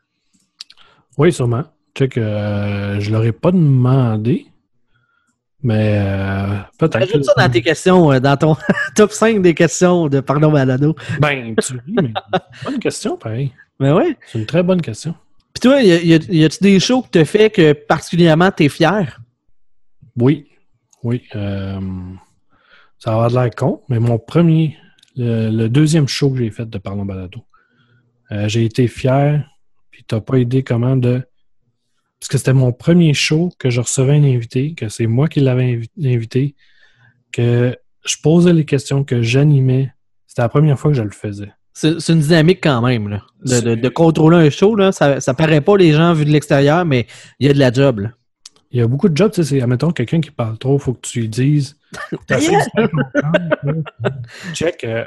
Oui, sûrement. Tu sais que euh, je l'aurais pas demandé, mais euh, peut-être. Ajoute ça dans tes questions, euh, dans ton top cinq des questions de Parlons Balado. Ben, tu ris, mais bonne question, pareil. Ben ouais. C'est une très bonne question. Puis toi, y, y, y a-tu des shows que tu as fait que particulièrement tu es fier? Oui. Oui. Euh, ça va avoir de l'air con, mais mon premier, le, le deuxième show que j'ai fait de Parlons Balado, euh, j'ai été fier, puis t'as pas idée comment de... Parce que c'était mon premier show que je recevais un invité, que c'est moi qui l'avais invi- invité, que je posais les questions, que j'animais. C'était la première fois que je le faisais. C'est, c'est une dynamique quand même, là. De, de, de contrôler un show, là. Ça, ça paraît pas les gens vus de l'extérieur, mais il y a de la job, là. Il y a beaucoup de jobs, tu sais, c'est, admettons, quelqu'un qui parle trop, il faut que tu lui dises. Check, euh,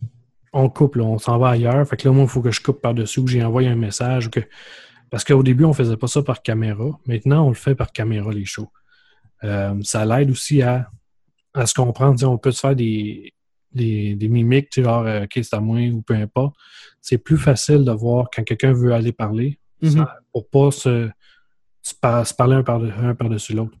on coupe, là, on s'en va ailleurs. Fait que là, moi, il faut que je coupe par-dessus ou que j'ai envoyé un message ou que. Parce qu'au début, on ne faisait pas ça par caméra. Maintenant, on le fait par caméra, les shows. Euh, ça l'aide aussi à, à se comprendre. T'sais, on peut se faire des, des, des mimiques, genre euh, « OK, c'est à moi » ou peu importe. C'est plus facile de voir quand quelqu'un veut aller parler mm-hmm. ça, pour pas se, se, par, se parler un, par, un par-dessus l'autre.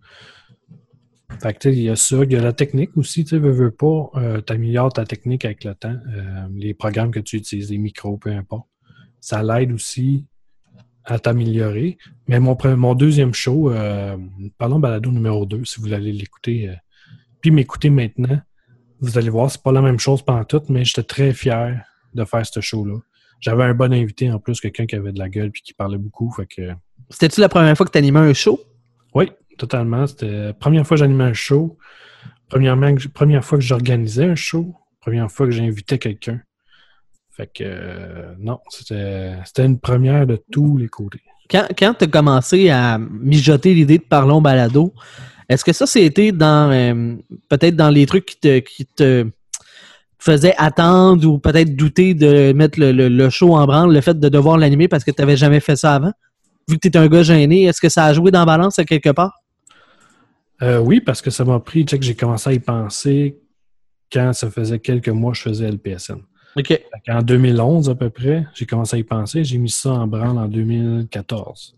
Fait que, il y a ça. Il y a la technique aussi. Tu veux, veux pas, euh, t'améliores ta technique avec le temps. Euh, les programmes que tu utilises, les micros, peu importe. Ça l'aide aussi à t'améliorer. Mais mon, mon deuxième show, euh, Parlons Balado numéro deux, si vous allez l'écouter, euh, puis m'écouter maintenant, vous allez voir, c'est pas la même chose pantoute, mais j'étais très fier de faire ce show-là. J'avais un bon invité en plus, quelqu'un qui avait de la gueule puis qui parlait beaucoup. Fait que... C'était-tu la première fois que tu animais un show? Oui, totalement. C'était la première fois que j'animais un show. Premièrement, première fois que j'organisais un show. Première fois que j'invitais quelqu'un. Fait que, euh, non, c'était, c'était une première de tous les côtés. Quand, quand tu as commencé à mijoter l'idée de Parlons Balado, est-ce que ça, c'était dans euh, peut-être dans les trucs qui te, qui te faisaient attendre ou peut-être douter de mettre le, le, le show en branle, le fait de devoir l'animer parce que tu n'avais jamais fait ça avant? Vu que tu es un gars gêné, est-ce que ça a joué dans la balance à quelque part? Euh, oui, parce que ça m'a pris, tu sais, que j'ai commencé à y penser quand ça faisait quelques mois que je faisais L P S N. OK. En deux mille onze, à peu près, j'ai commencé à y penser. J'ai mis ça en branle en deux mille quatorze.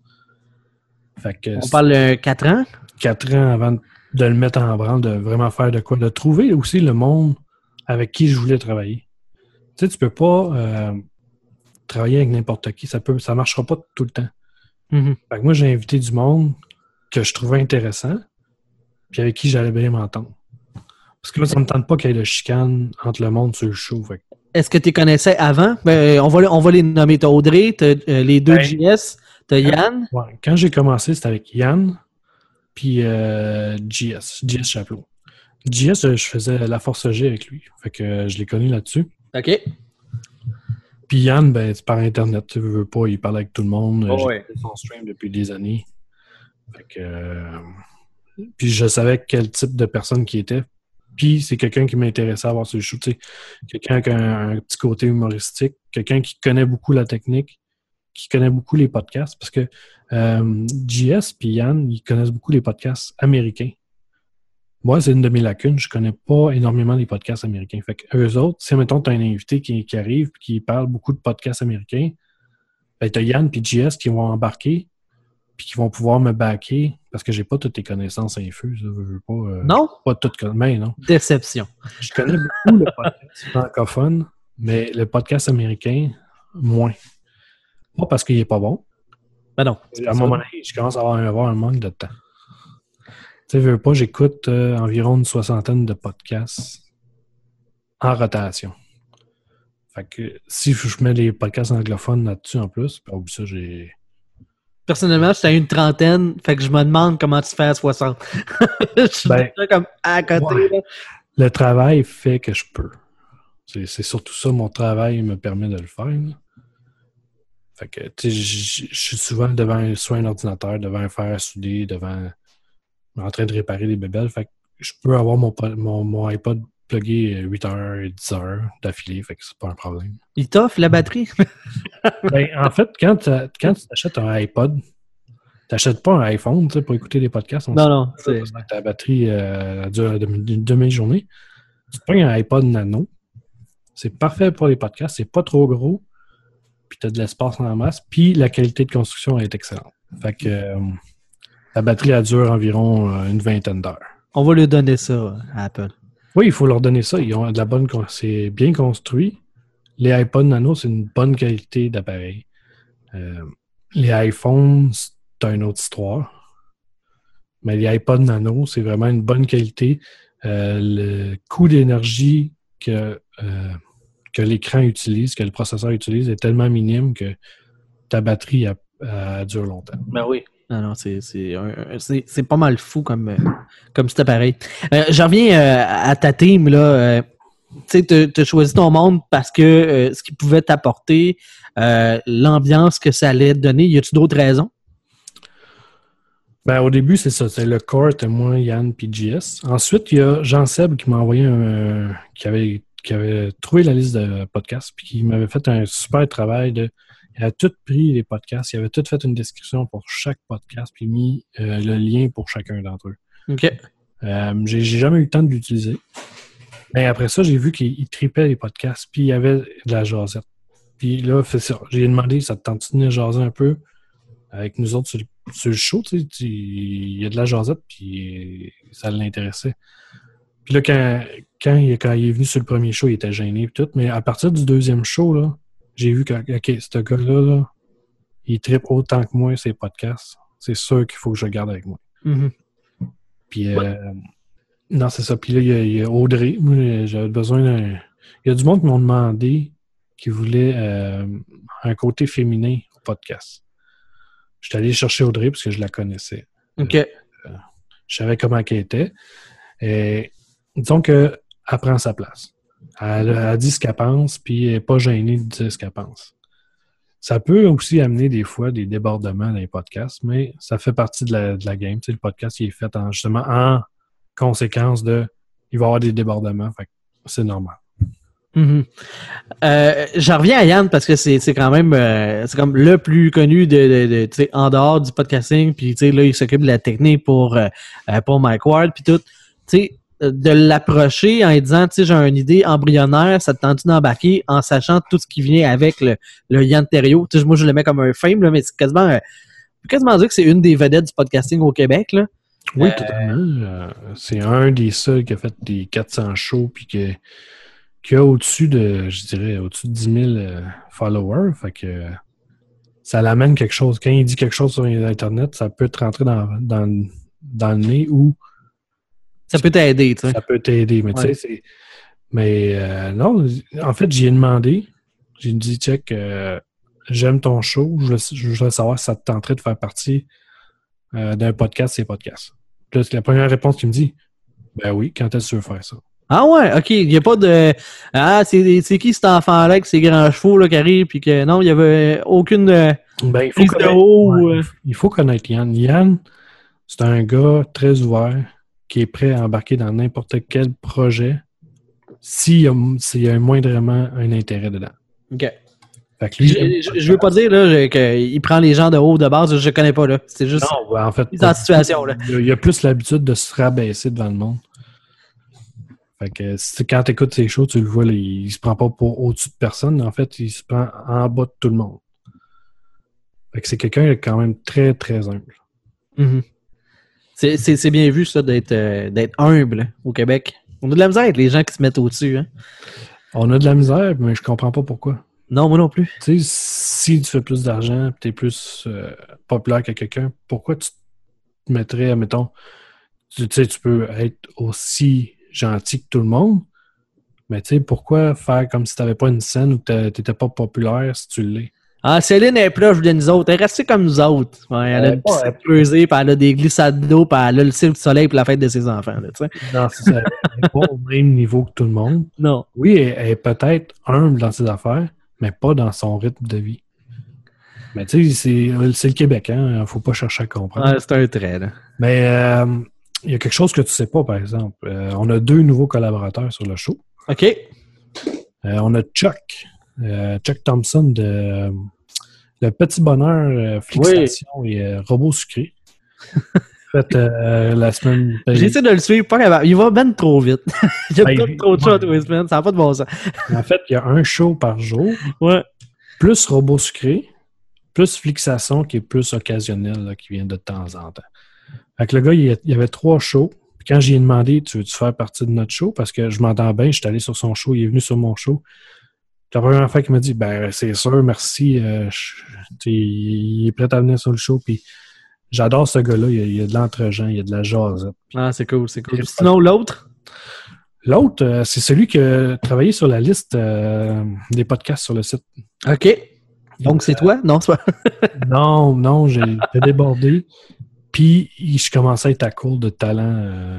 Fait que on parle de quatre ans? quatre ans avant de le mettre en branle, de vraiment faire de quoi. De trouver aussi le monde avec qui je voulais travailler. Tu sais, tu peux pas euh, travailler avec n'importe qui. Ça peut, ça marchera pas tout le temps. Mm-hmm. Fait que moi, j'ai invité du monde que je trouvais intéressant puis avec qui j'allais bien m'entendre. Parce que là, ça me tente pas qu'il y ait de chicane entre le monde sur le show. Fait. Est-ce que tu les connaissais avant? Ben, on, va, on va les nommer. T'as Audrey, t'as euh, les deux ben, J S, t'as Yann. Ouais, quand j'ai commencé, c'était avec Yann puis euh, J S, J S Chapelot. J S, je faisais la Force G avec lui. Fait que je l'ai connu là-dessus. OK. Puis Yann, ben, c'est par Internet, tu veux pas, il parle avec tout le monde. Oh, J'ai ouais. fait son stream depuis des années. Fait que, euh, puis je savais quel type de personne qui était. Puis c'est quelqu'un qui m'intéressait à voir sur le show. Tu sais, quelqu'un avec un, un petit côté humoristique, quelqu'un qui connaît beaucoup la technique, qui connaît beaucoup les podcasts. Parce que euh, J S et Yann, ils connaissent beaucoup les podcasts américains. Moi, c'est une de mes lacunes. Je connais pas énormément les podcasts américains. Fait que eux autres, si, mettons, tu as un invité qui, qui arrive et qui parle beaucoup de podcasts américains, ben, tu as Yann et J S qui vont embarquer puis qui vont pouvoir me backer parce que j'ai pas toutes les connaissances infuses. Je veux pas, euh, Non? Pas toutes mais non. Déception. Je connais beaucoup le podcast francophone, mais le podcast américain, moins. Pas parce qu'il est pas bon. Ben non. À un moment donné, je commence à avoir, avoir un manque de temps. Tu sais, veux pas, j'écoute euh, environ une soixantaine de podcasts en rotation. Fait que si je mets des podcasts anglophones là-dessus en plus, ben, ça, j'ai... Personnellement, j'étais à une trentaine, fait que je me demande comment tu fais à soixante. Je suis Ben, déjà comme à côté. Ouais. Là. Le travail fait que je peux. C'est, c'est surtout ça, mon travail me permet de le faire. Là. Fait que, tu sais, je suis souvent devant soit un ordinateur, devant un fer à souder, devant... en train de réparer des bébelles. Fait que je peux avoir mon, mon, mon iPod plugué huit heures et dix heures d'affilée. Fait que c'est pas un problème. Il t'offre la batterie? Ben, en fait, quand, quand tu achètes un iPod, tu n'achètes pas un iPhone pour écouter des podcasts. Non, non. C'est... Parce que ta batterie euh, dure une demi-journée. Tu te prends un iPod Nano. C'est parfait pour les podcasts. C'est pas trop gros. Puis tu as de l'espace en masse. Puis la qualité de construction est excellente. Fait que euh, la batterie, elle dure environ euh, une vingtaine d'heures. On va lui donner ça à Apple. Oui, il faut leur donner ça. Ils ont de la bonne... C'est bien construit. Les iPod Nano, c'est une bonne qualité d'appareil. Euh, les iPhones, c'est une autre histoire. Mais les iPod Nano, c'est vraiment une bonne qualité. Euh, le coût d'énergie que, euh, que l'écran utilise, que le processeur utilise, est tellement minime que ta batterie elle, elle dure longtemps. Ben oui. Non, non, c'est, c'est, un, c'est, c'est pas mal fou comme, euh, comme cet appareil. Euh, j'en reviens euh, à ta team, là. Euh, tu sais, tu as choisi ton monde parce que euh, ce qu'il pouvait t'apporter, euh, l'ambiance que ça allait te donner. Y a-tu d'autres raisons? Ben, au début, c'est ça. C'est le core, c'était moi, Yann, puis J S. Ensuite, il y a Jean-Seb qui m'a envoyé un... qui avait, qui avait trouvé la liste de podcasts puis qui m'avait fait un super travail de... Il avait tout pris les podcasts, il avait tout fait une description pour chaque podcast puis mis euh, le lien pour chacun d'entre eux. OK. Euh, j'ai, j'ai jamais eu le temps de l'utiliser. Mais après ça, j'ai vu qu'il tripait les podcasts puis il y avait de la jasette. Puis là, c'est ça. J'ai demandé, ça te tente de venir jaser un peu avec nous autres sur le, sur le show, tu sais, tu, il y a de la jasette puis ça l'intéressait. Puis là, quand, quand, il, quand il est venu sur le premier show, il était gêné et tout, mais à partir du deuxième show, là, j'ai vu que, OK, ce gars-là, là, il trippe autant que moi ses podcasts. C'est sûr qu'il faut que je le garde avec moi. Mm-hmm. Puis, euh, non, c'est ça. Puis là, il y a, il y a Audrey. Moi, j'avais besoin d'un... Il y a du monde qui m'ont demandé qui voulait euh, un côté féminin au podcast. Je suis allé chercher Audrey parce que je la connaissais. OK. Euh, je savais comment elle était. Et disons qu'elle prend sa place. Elle, elle dit ce qu'elle pense, puis elle n'est pas gênée de dire ce qu'elle pense. Ça peut aussi amener des fois des débordements dans les podcasts, mais ça fait partie de la, de la game. Tu sais, le podcast il est fait en, justement en conséquence de... Il va y avoir des débordements, fait que c'est normal. Mm-hmm. Euh, j'en reviens à Yann parce que c'est, c'est quand même euh, c'est comme le plus connu de, de, de tu sais, en dehors du podcasting, puis tu sais là il s'occupe de la technique pour euh, pour Mike Ward puis tout. Tu sais de l'approcher en lui disant tu sais j'ai une idée embryonnaire, ça te tente d'embarquer en sachant tout ce qui vient avec le, le Yann Terriot. Tu sais moi je le mets comme un fame là, mais c'est quasiment euh, quasiment dire que c'est une des vedettes du podcasting au Québec là. Oui, euh, totalement. Euh, c'est un des seuls qui a fait des quatre cents shows puis que qui a au-dessus de, je dirais, au-dessus de dix mille euh, followers. Fait que ça l'amène quelque chose. Quand il dit quelque chose sur Internet, ça peut te rentrer dans, dans, dans le nez ou... Ça peut t'aider, tu sais. Ça peut t'aider, mais ouais. tu sais, c'est... Mais euh, non, en fait, j'y ai demandé. J'ai dit, check, euh, j'aime ton show. Je veux, je veux savoir si ça te tenterait de faire partie euh, d'un podcast, c'est podcast. Puis là, c'est la première réponse qu'il me dit, ben oui, quand est-ce que tu veux faire ça? Ah ouais, ok. Il n'y a pas de. Ah, c'est, c'est qui cet enfant-là avec ses grands chevaux là, qui arrive, puis que non, il n'y avait aucune. Euh, ben, il, faut connaître, haut, ouais, euh... il faut connaître Yann. Yann, c'est un gars très ouvert qui est prêt à embarquer dans n'importe quel projet s'il y a, s'il y a moindrement un intérêt dedans. OK. Fait que lui, je, je, je veux pas dire là, qu'il prend les gens de haut de base, je connais pas. Là. C'est juste non, ouais, en fait, dans la situation. Là. Il, y a plus l'habitude de se rabaisser devant le monde. Fait que si, quand tu écoutes ses shows, tu le vois, là, il, il se prend pas pour au-dessus de personne. En fait, il se prend en bas de tout le monde. Fait que c'est quelqu'un qui est quand même très, très humble. Mm-hmm. C'est, c'est, c'est bien vu, ça, d'être, euh, d'être humble au Québec. On a de la misère avec les gens qui se mettent au-dessus. Hein? On a de la misère, mais je comprends pas pourquoi. Non, moi non plus. Tu sais, si tu fais plus d'argent et tu es plus euh, populaire que quelqu'un, pourquoi tu te mettrais, admettons, tu sais, tu peux être aussi gentil que tout le monde, mais tu sais, pourquoi faire comme si tu n'avais pas une scène où tu n'étais pas populaire si tu l'es? Ah, Céline est proche de nous autres. Elle est restée comme nous autres. Ouais, elle a une piscine creusée, puis elle a des glissades d'eau, puis elle a le Cirque du Soleil pour la fête de ses enfants. Là, non, c'est ça. Elle n'est pas au même niveau que tout le monde. Non. Oui, elle, elle est peut-être humble dans ses affaires, mais pas dans son rythme de vie. Mais tu sais, c'est, c'est le Québec, hein. Il ne faut pas chercher à comprendre. Ah, c'est un trait, là. Mais euh, il y a quelque chose que tu ne sais pas, par exemple. Euh, on a deux nouveaux collaborateurs sur le show. OK. Euh, on a Chuck. Euh, Chuck Thompson de euh, Le Petit Bonheur, euh, Flixation oui. et euh, Robot Sucré. En fait, euh, la semaine... J'essaie de le suivre, pas capable. Il va ben trop vite. il y a ben, trop de shows tous les semaines, ça n'a pas de bon sens. En fait, il y a un show par jour, ouais. plus Robot Sucré, plus Flixation qui est plus occasionnel, là, qui vient de temps en temps. Fait que le gars, il y avait trois shows. Puis quand j'ai demandé, tu veux-tu faire partie de notre show? Parce que je m'entends bien, je suis allé sur son show, il est venu sur mon show. La première fois qu'il m'a dit, ben c'est sûr, merci, euh, je, il est prêt à venir sur le show, puis j'adore ce gars-là, il y a, il y a de l'entre-gens, il y a de la jasette. Ah, c'est cool, c'est cool. Puis sinon, l'autre? L'autre, euh, c'est celui qui a travaillé sur la liste euh, des podcasts sur le site. OK. Donc, c'est euh, toi? Non, c'est pas... non, non, j'ai, j'ai débordé, puis je commençais à être à court de talent euh,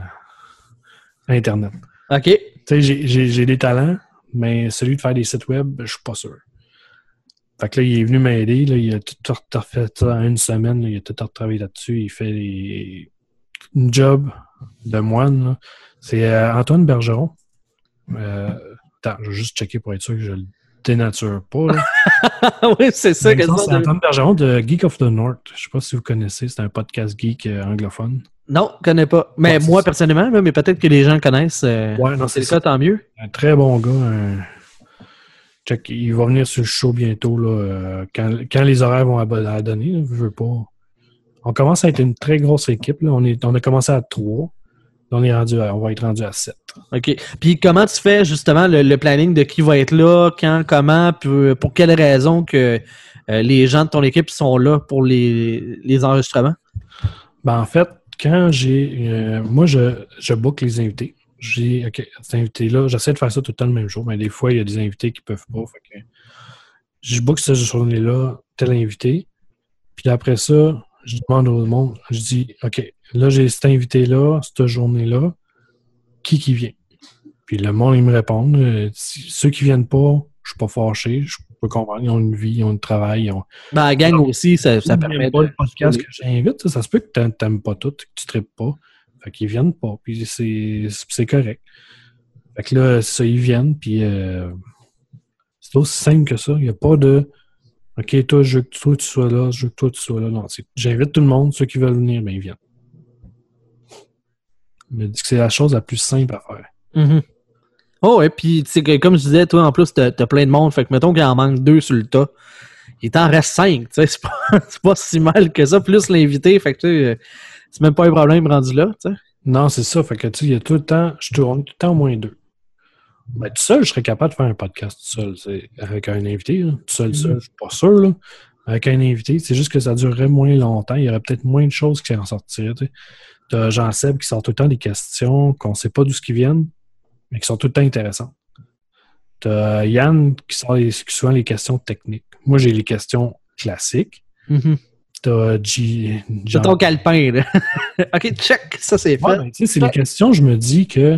Internet. OK. Tu sais, j'ai, j'ai, j'ai des talents, mais celui de faire des sites web, je suis pas sûr. Fait que là, il est venu m'aider. Là, il a tout refait ça en une semaine. Là, il a tout retravaillé là-dessus. Il fait des... une job de moine. Là. C'est euh, Antoine Bergeron. Euh... Attends, je vais juste checker pour être sûr que je le dénature pas. Là. oui, c'est ça. Que c'est de... Antoine Bergeron de Geek of the North. Je sais pas si vous connaissez. C'est un podcast geek euh, anglophone. Non, je connais pas. Mais ouais, moi, personnellement, là, mais peut-être que les gens le connaissent. Euh, ouais, non, c'est, c'est ça, tant mieux. Un très bon gars. Un... Check, il va venir sur le show bientôt. Là, euh, quand, quand les horaires vont à, à donner, là, je veux pas. On commence à être une très grosse équipe. Là. On, est, on a commencé à trois. On, est rendu à, on va être rendu à sept. OK. Puis comment tu fais justement le, le planning de qui va être là, quand, comment, puis pour quelles raisons que euh, les gens de ton équipe sont là pour les, les enregistrements? Ben, en fait, quand j'ai... Euh, moi, je, je book les invités. J'ai, OK, cet invité-là, j'essaie de faire ça tout le temps le même jour, mais des fois, il y a des invités qui peuvent pas. Fait que je book cette journée-là, tel invité. Puis après ça, je demande au monde, je dis, OK, là, j'ai cet invité-là, cette journée-là, qui qui vient? Puis le monde, il me répond. Euh, si, ceux qui viennent pas, je suis pas fâché, je peux comprendre, ils ont une vie, ils ont un travail. Ils ont... Ben, la gang aussi, ça, ça permet pas de... le podcast que j'invite, ça, ça se peut que tu n'aimes pas tout, que tu ne tripes pas. Fait qu'ils viennent pas, puis c'est, c'est correct. Fait que là, ça, ils viennent, puis euh, c'est aussi simple que ça. Il n'y a pas de « OK, toi, je veux que toi, tu sois là, je veux que toi, tu sois là. » Non, c'est, j'invite tout le monde, ceux qui veulent venir, ben ils viennent. Je me dis que c'est la chose la plus simple à faire. Mm-hmm. Oh, et puis, tu sais, comme je disais, toi, en plus, t'as, t'as plein de monde. Fait que, mettons qu'il en manque deux sur le tas. Il t'en reste cinq, tu sais, c'est pas, c'est pas si mal que ça, plus l'invité. Fait que, tu sais, c'est même pas un problème rendu là, tu sais. Non, c'est ça. Fait que, tu sais, il y a tout le temps, je tourne tout le temps au moins deux. Ben, tout seul, je serais capable de faire un podcast tout seul, c'est, avec un invité, là. Tout seul, seul, je suis pas sûr, là. Avec un invité, c'est juste que ça durerait moins longtemps. Il y aurait peut-être moins de choses qui en sortiraient, tu sais. T'as Jean-Seb qui sort tout le temps des questions qu'on sait pas d'où ce qui viennent, mais qui sont tout le temps intéressantes. T'as Yann qui sort les, souvent les questions techniques. Moi, j'ai les questions classiques. Mm-hmm. T'as G... C'est ton calepin, là. OK, check, ça c'est fait. Ouais, ben, tu sais, c'est les questions, je me dis que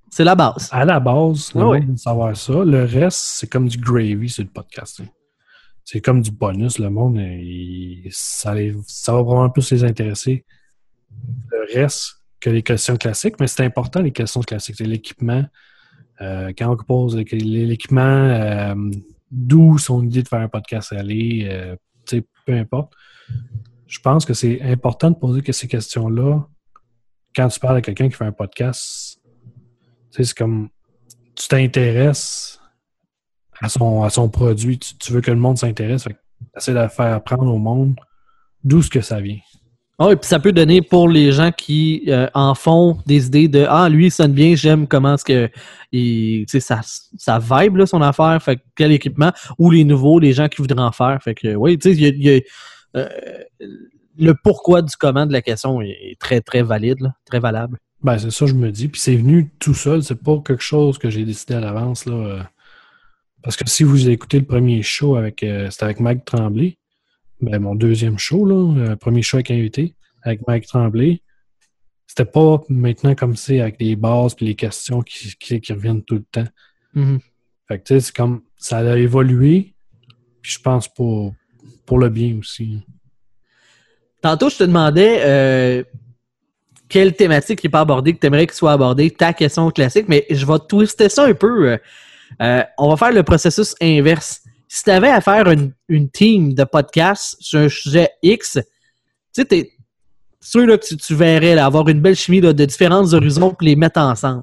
C'est la base. À la base, le Ah monde oui. veut savoir ça. Le reste, c'est comme du gravy sur le podcast. hein. C'est comme du bonus. Le monde, il- ça, les- ça va vraiment plus les intéresser. Le reste que les questions classiques, mais c'est important, les questions classiques. C'est l'équipement. Euh, quand on pose l'équipement, euh, d'où son idée de faire un podcast aller, euh, tu sais, peu importe. Je pense que c'est important de poser que ces questions-là quand tu parles à quelqu'un qui fait un podcast. Tu sais, c'est comme tu t'intéresses à son, à son produit, tu, tu veux que le monde s'intéresse, fait que tu essaies de faire apprendre au monde d'où ce que ça vient. Ah oui, puis ça peut donner pour les gens qui euh, en font des idées de ah, lui, il sonne bien, j'aime comment est-ce que il, tu sais, ça, ça vibe là, son affaire, fait que quel équipement, ou les nouveaux, les gens qui voudraient en faire. Fait que oui, tu sais, il y a, il y a euh, le pourquoi du comment de la question est, est très, très valide, là, très valable. Ben, c'est ça, je me dis. Puis c'est venu tout seul, c'est pas quelque chose que j'ai décidé à l'avance, là. euh, Parce que si vous écoutez le premier show avec euh, c'était avec Mike Tremblay, ben mon deuxième show, là, le premier show avec invité, avec Mike Tremblay, c'était pas maintenant comme c'est avec les bases et les questions qui, qui, qui reviennent tout le temps. Mm-hmm. Fait que tu sais, c'est comme ça a évolué, puis je pense pour, pour le bien aussi. Tantôt, je te demandais euh, quelle thématique n'est pas abordée, que tu aimerais qu'il soit abordée, ta question classique, mais je vais twister ça un peu. Euh, euh, on va faire le processus inverse. Si tu avais à faire une, une team de podcast sur un sujet X, tu sais, t'es sûr là, que tu, tu verrais là, avoir une belle chimie là, de différents horizons pour les mettre ensemble.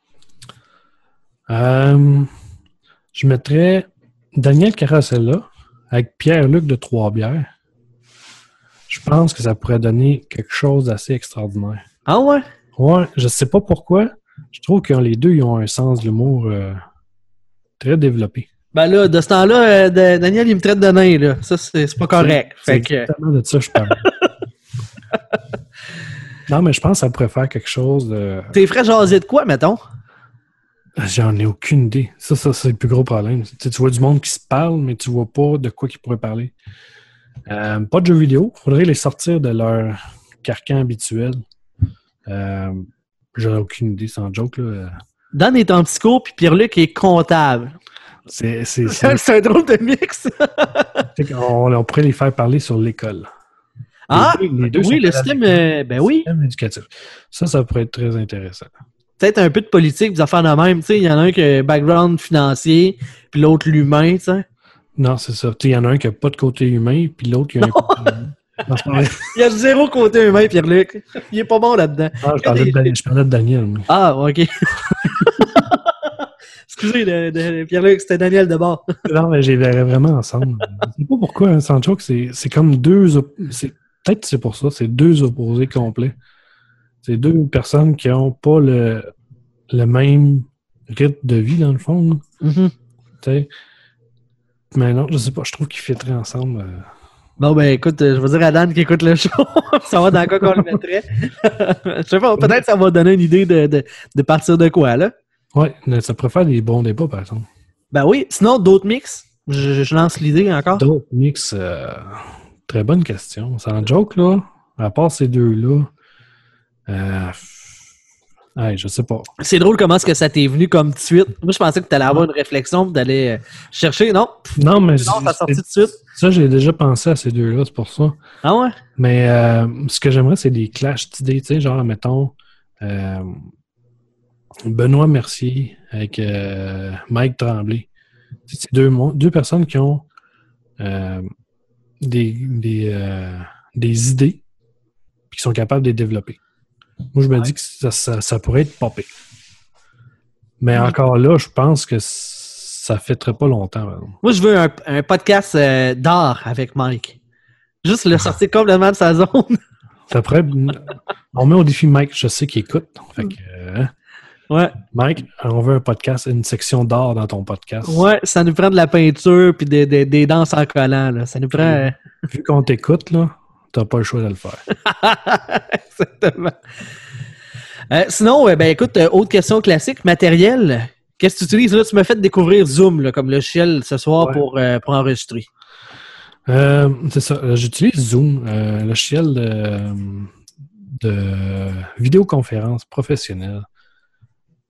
Euh, je mettrais Daniel Carosella avec Pierre-Luc de Trois-Bières. Je pense que ça pourrait donner quelque chose d'assez extraordinaire. Ah ouais? Ouais, je sais pas pourquoi. Je trouve que les deux ils ont un sens de l'humour euh, très développé. Ben là, de ce temps-là, euh, de, Daniel, il me traite de nain, là. Ça, c'est, c'est pas correct. C'est, Fait c'est que... exactement de ça que je parle. Non, mais je pense que ça pourrait faire quelque chose de... T'es frais jaser de quoi, mettons? J'en ai aucune idée. Ça, ça c'est le plus gros problème. Tu sais, tu vois du monde qui se parle, mais tu vois pas de quoi ils pourraient parler. Euh, pas de jeux vidéo. Il faudrait les sortir de leur carcan habituel. Euh, j'aurais aucune idée, sans joke. Là. Dan est en psycho, puis Pierre-Luc est comptable. C'est, c'est, c'est... c'est un drôle de mix. on, on pourrait les faire parler sur l'école. Ah, les deux, les deux oui, le système, euh, ben oui. système éducatif. Ça, ça pourrait être très intéressant. Peut-être un peu de politique, des affaires de même. Tu sais, il y en a un qui a un background financier, puis l'autre l'humain, tu sais. Non, c'est ça. Il y en a un qui n'a pas de côté humain, puis l'autre qui a un côté humain. Non, c'est pas vrai. Il y a zéro côté humain, Pierre-Luc. Il est pas bon là-dedans. Ah, je, parlais de Daniel, je parlais de Daniel. Mais... Ah, OK. Excusez, de, de, Pierre-Luc, c'était Daniel de bord. Non, mais je les verrais vraiment ensemble. Je sais pas pourquoi, hein, sans joke, c'est, c'est comme deux... Op- c'est, peut-être que c'est pour ça, c'est deux opposés complets. C'est deux personnes qui n'ont pas le, le même rythme de vie, dans le fond. Là. Mm-hmm. Tu sais. Mais non, je sais pas, je trouve qu'ils fitteraient ensemble. Euh... Bon, ben écoute, je vais dire à Dan qui écoute le show, ça va dans quoi qu'on le mettrait. Je sais pas, peut-être que ça va donner une idée de, de, de partir de quoi, là. Ouais, ça pourrait faire des bons débats, par exemple. Ben oui, sinon, d'autres mix? Je, je lance l'idée encore. D'autres mix, euh, très bonne question. Sans joke, là, à part ces deux-là, euh, ouais, je sais pas. C'est drôle comment est-ce que ça t'est venu comme de suite. Moi, je pensais que tu allais avoir une réflexion, d'aller chercher, non? Non, mais non, ça sorti de suite. Ça, j'ai déjà pensé à ces deux-là, c'est pour ça. Ah ouais? Mais euh, ce que j'aimerais, c'est des clashs d'idées, tu sais, genre, mettons, euh, Benoît Mercier avec euh, Mike Tremblay. C'est deux, deux personnes qui ont euh, des, des, euh, des idées et qui sont capables de les développer. Moi, je me ouais. dis que ça, ça, ça pourrait être popé. Mais mmh. encore là, je pense que ça ne fêterait pas longtemps. Vraiment. Moi, je veux un, un podcast euh, d'art avec Mike. Juste le sortir complètement de sa zone. Ça pourrait... On met au défi Mike, je sais qu'il écoute. Fait que, euh, ouais. Mike, on veut un podcast, une section d'art dans ton podcast. Ouais, ça nous prend de la peinture puis des, des, des danses en collant. Là. Ça nous prend... Euh... Vu qu'on t'écoute, là, t'as pas le choix de le faire. Exactement. Euh, sinon, euh, ben écoute, euh, autre question classique, matériel. Qu'est-ce que tu utilises? Là, tu m'as fait découvrir Zoom là, comme logiciel ce soir ouais. pour, euh, pour enregistrer. Euh, c'est ça. J'utilise Zoom, euh, logiciel de, de vidéoconférence professionnelle.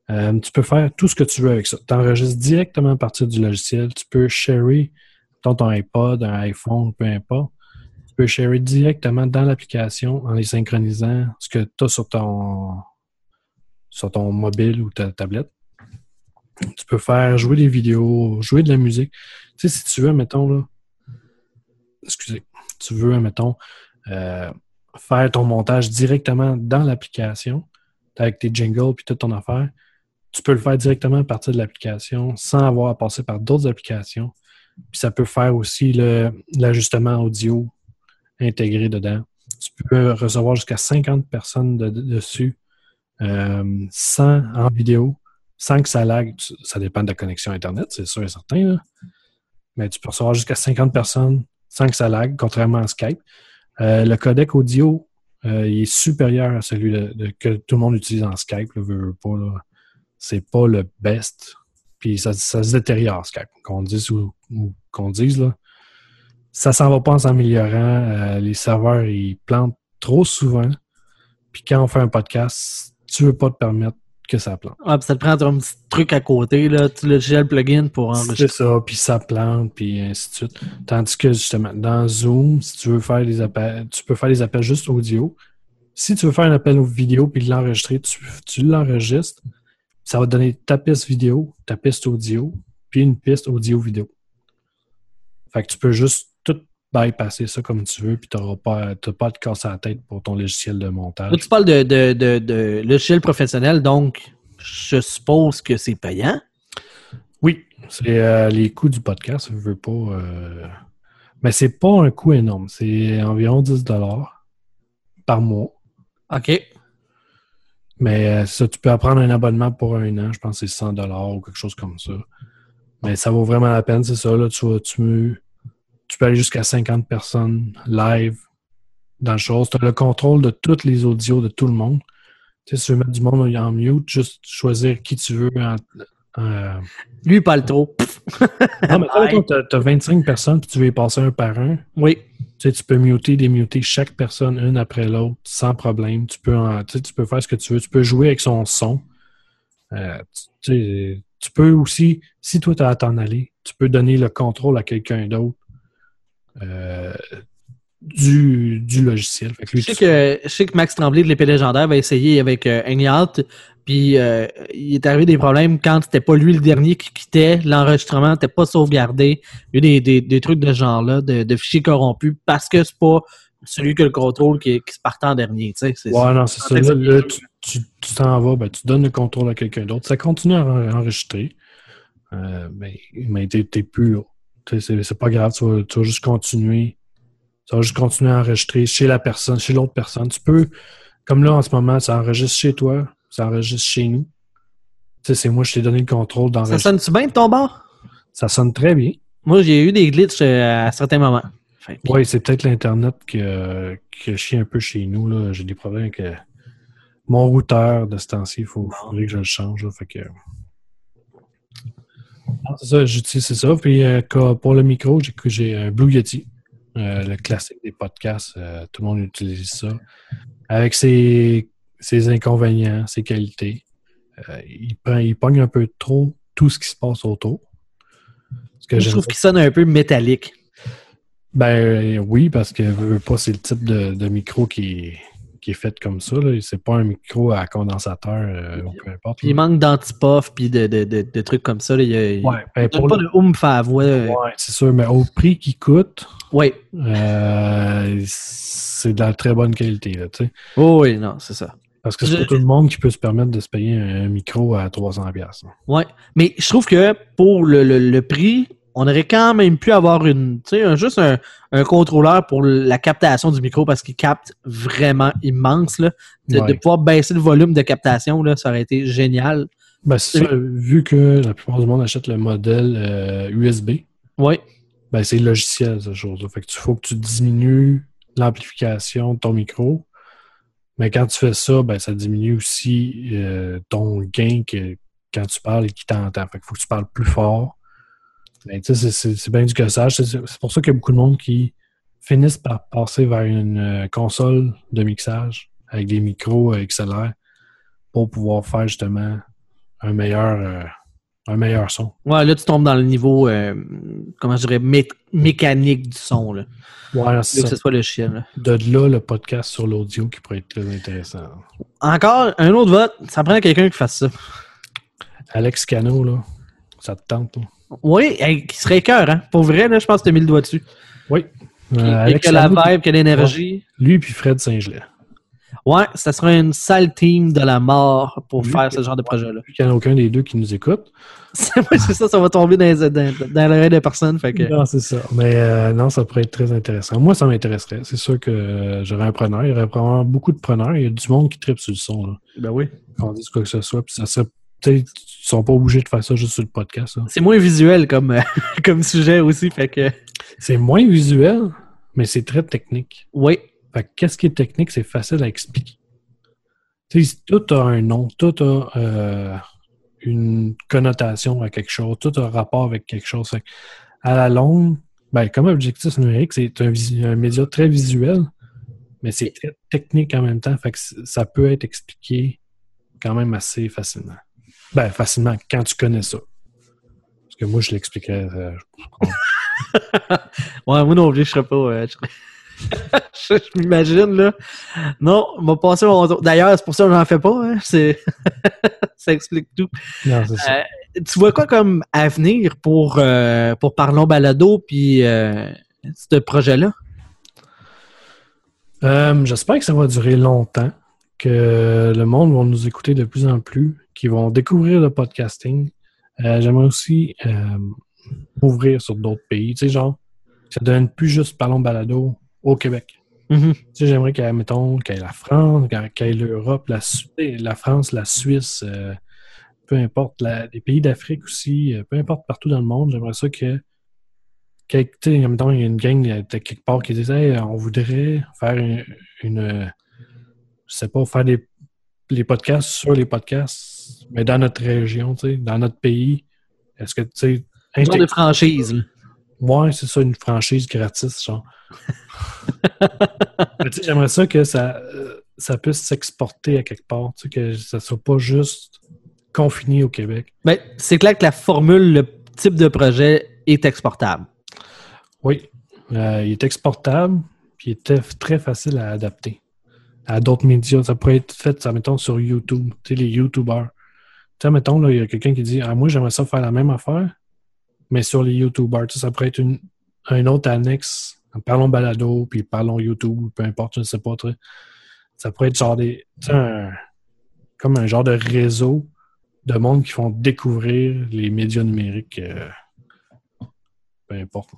Euh, tu peux faire tout ce que tu veux avec ça. Tu enregistres directement à partir du logiciel. Tu peux sharer ton, ton iPod, un iPhone, peu importe. Tu peux sharer directement dans l'application en les synchronisant ce que tu as sur ton, sur ton mobile ou ta tablette. Tu peux faire jouer des vidéos, jouer de la musique. Tu sais, si tu veux, mettons, là, excusez, tu veux, mettons, euh, faire ton montage directement dans l'application, avec tes jingles puis toute ton affaire, tu peux le faire directement à partir de l'application sans avoir à passer par d'autres applications. Puis ça peut faire aussi le, l'ajustement audio intégré dedans. Tu peux recevoir jusqu'à cinquante personnes de, de, dessus euh, sans, en vidéo, sans que ça lag. Ça dépend de la connexion Internet, c'est sûr et certain. Là. Mais tu peux recevoir jusqu'à cinquante personnes sans que ça lag, contrairement à Skype. Euh, le codec audio, euh, il est supérieur à celui de, de, que tout le monde utilise en Skype. Là, veut, veut pas, là. C'est pas le best. Puis ça, ça se détériore, Skype, qu'on dise ou, ou qu'on dise. Là. Ça s'en va pas en s'améliorant. Euh, les serveurs, ils plantent trop souvent. Puis quand on fait un podcast, tu veux pas te permettre que ça plante. Ah, puis ça te prend un petit truc à côté, là, tu le gel plugin pour enregistrer. C'est ça, puis ça plante, puis ainsi de suite. Tandis que justement, dans Zoom, si tu veux faire des appels, tu peux faire des appels juste audio. Si tu veux faire un appel vidéo puis l'enregistrer, tu, tu l'enregistres. Ça va te donner ta piste vidéo, ta piste audio, puis une piste audio-vidéo. Fait que tu peux juste tout bypasser ça comme tu veux, puis tu n'auras pas, t'as pas à te casser la tête pour ton logiciel de montage. Là, tu parles de, de, de, de logiciel professionnel, donc je suppose que c'est payant. Oui, c'est euh, les coûts du podcast, je veux pas. Euh... Mais c'est pas un coût énorme, c'est environ dix dollars par mois. OK. Mais euh, ça, tu peux prendre un abonnement pour un an, je pense que c'est cent dollars ou quelque chose comme ça. Mais ça vaut vraiment la peine, c'est ça. Là, tu, tu, tu peux aller jusqu'à cinquante personnes live dans le chose. Tu as le contrôle de tous les audios de tout le monde. Tu sais, si tu veux mettre du monde en mute, juste choisir qui tu veux. En, en... Lui, il parle trop. Non, mais tu as vingt-cinq personnes puis tu veux y passer un par un. Oui. Tu sais, tu peux muter, démuter chaque personne une après l'autre sans problème. Tu peux, en, tu sais, tu peux faire ce que tu veux. Tu peux jouer avec son son. Euh, tu, tu, sais, tu peux aussi, si toi tu as à t'en aller, tu peux donner le contrôle à quelqu'un d'autre euh, du, du logiciel. Fait que lui, je, sais que, je sais que Max Tremblay de l'Épée Légendaire va essayer avec euh, Hangout. Puis euh, il est arrivé des problèmes quand c'était pas lui le dernier qui quittait, l'enregistrement n'était pas sauvegardé. Il y a eu des, des, des trucs de ce genre-là, de, de fichiers corrompus, parce que c'est pas celui qui a le contrôle qui, qui se partait en dernier. Tu sais, c'est, ouais, non, c'est ça. Là, là, tu, tu, tu t'en vas, ben, tu donnes le contrôle à quelqu'un d'autre. Ça continue à enregistrer. Euh, mais mais t'es, t'es plus. C'est, c'est pas grave, tu vas, tu vas juste continuer. Tu vas juste continuer à enregistrer chez la personne, chez l'autre personne. Tu peux, comme là en ce moment, ça enregistre chez toi. Ça enregistre chez nous. Tu sais, c'est moi, je t'ai donné le contrôle d'enregistrer. Ça sonne-tu bien de ton bord? Ça sonne très bien. Moi, j'ai eu des glitches à certains moments. Enfin, oui, c'est peut-être l'Internet qui a, qui a chié un peu chez nous. Là. J'ai des problèmes avec euh, mon routeur de ce temps-ci. Il faut, faudrait que je le change. Là. Fait que... non, c'est ça, j'utilise c'est ça. Puis euh, pour le micro, j'ai, j'ai un Blue Yeti. Euh, le classique des podcasts. Euh, tout le monde utilise ça. Avec ses... ses inconvénients, ses qualités. Euh, il, prend, il pogne un peu trop tout ce qui se passe autour. Que je trouve qu'il sonne un peu métallique. Ben oui, parce que veux pas, c'est le type de, de micro qui est, qui est fait comme ça. Là. C'est pas un micro à condensateur euh, ou peu importe. Puis il manque d'antipuff puis de, de, de, de trucs comme ça. Là. Il y a, ouais, ben il pas le... de oomph à la voix. Ouais, c'est sûr, mais au prix qu'il coûte, ouais. euh, c'est de la très bonne qualité. Là, oh oui, non, c'est ça. Parce que c'est je... pas tout le monde qui peut se permettre de se payer un micro à trois cents dollars. Oui, mais je trouve que pour le, le, le prix, on aurait quand même pu avoir une, tu sais, un, juste un, un contrôleur pour la captation du micro parce qu'il capte vraiment immense. Là. De, ouais. de pouvoir baisser le volume de captation, là, ça aurait été génial. Ben, c'est ça, vu que la plupart du monde achète le modèle euh, U S B, ouais. ben, c'est logiciel, cette chose-là. Fait que tu faut que tu diminues l'amplification de ton micro. Mais quand tu fais ça, ben, ça diminue aussi euh, ton gain que, quand tu parles et qui t'entend. Fait qu'il faut que tu parles plus fort. Ben, c'est, c'est, c'est bien du gossage. C'est, c'est pour ça qu'il y a beaucoup de monde qui finissent par passer vers une euh, console de mixage avec des micros euh, X L R pour pouvoir faire justement un meilleur euh, un meilleur son. Ouais, là, tu tombes dans le niveau, euh, comment je dirais, mé- mécanique du son. Là. Ouais, c'est que ça. ce soit le chien. Là. De là, le podcast sur l'audio qui pourrait être très intéressant. Encore, un autre vote, ça prend quelqu'un qui fasse ça. Alex Cano, là, ça te tente, là? Oui, hey, qui serait cœur, hein? Pour vrai, là, je pense que tu as mis le doigt dessus. Oui. Qui, Euh, Alex qui a la vibe, qui a l'énergie. Ouais. Lui puis Fred Saint-Gelais. Ouais, ça sera une sale team de la mort pour Lui, faire ce genre de projet-là. Il n'y en a aucun des deux qui nous écoute. c'est ça, ça va tomber dans, les, dans, dans l'oreille de personne. Fait que... Non, c'est ça. Mais euh, non, ça pourrait être très intéressant. Moi, ça m'intéresserait. C'est sûr que euh, j'aurais un preneur. Il y aurait probablement beaucoup de preneurs. Il y a du monde qui tripe sur le son. Là. Ben oui. Qu'on dise quoi que ce soit. Puis ça serait peut-être. Ils sont pas obligés de faire ça juste sur le podcast. Là. C'est moins visuel comme, euh, comme sujet aussi. Fait que... C'est moins visuel, mais c'est très technique. Oui. Fait que qu'est-ce qui est technique, c'est facile à expliquer. Tu sais, tout a un nom, tout a euh, une connotation à quelque chose, tout a un rapport avec quelque chose. Fait que, à la longue, ben, comme objectif numérique, c'est un, un média très visuel, mais c'est très technique en même temps. Fait que ça peut être expliqué quand même assez facilement. Ben, facilement, quand tu connais ça. Parce que moi, je l'expliquais. Euh, ouais, moi non plus, je serais pas. Euh, je serais... je, je m'imagine, là. Non, on m'a passé mon tour. D'ailleurs, c'est pour ça que j'en fais pas. Hein. C'est... ça explique tout. Non, c'est ça. Euh, tu vois quoi comme avenir pour, euh, pour Parlons Balado puis euh, ce projet-là? Euh, j'espère que ça va durer longtemps, que le monde va nous écouter de plus en plus, qu'ils vont découvrir le podcasting. Euh, j'aimerais aussi euh, ouvrir sur d'autres pays. Tu sais, genre, que ça ne devienne plus juste Parlons Balado au Québec. Mm-hmm. Tu sais, j'aimerais qu'il y ait, mettons, qu'il y ait la France, qu'il y ait l'Europe, la, la France, la Suisse, euh, peu importe, la, les pays d'Afrique aussi, euh, peu importe partout dans le monde. J'aimerais ça que, que tu sais, mettons, il y a une gang de quelque part qui disait hey, on voudrait faire une, une je sais pas, faire des les podcasts sur les podcasts, mais dans notre région, tu sais, dans notre pays. Est-ce que, tu sais... Un genre de franchise, là. Ouais, c'est ça, une franchise gratis, genre. Mais tu sais, j'aimerais ça que ça, euh, ça puisse s'exporter à quelque part, tu sais, que ça soit pas juste confiné au Québec. Ben, c'est clair que la formule, le type de projet est exportable. Oui, euh, il est exportable, puis il est très facile à adapter à d'autres médias. Ça pourrait être fait, ça, mettons, sur YouTube, tu sais, les YouTubers. Tu sais, mettons, là, il y a quelqu'un qui dit « Ah, moi, j'aimerais ça faire la même affaire, mais sur les YouTubers. » Tu sais, ça pourrait être une, un autre annexe. Parlons balado, puis parlons YouTube, peu importe, je ne sais pas. Tu sais. Ça pourrait être genre des... Tu sais, un, comme un genre de réseau de monde qui font découvrir les médias numériques. Euh, peu importe.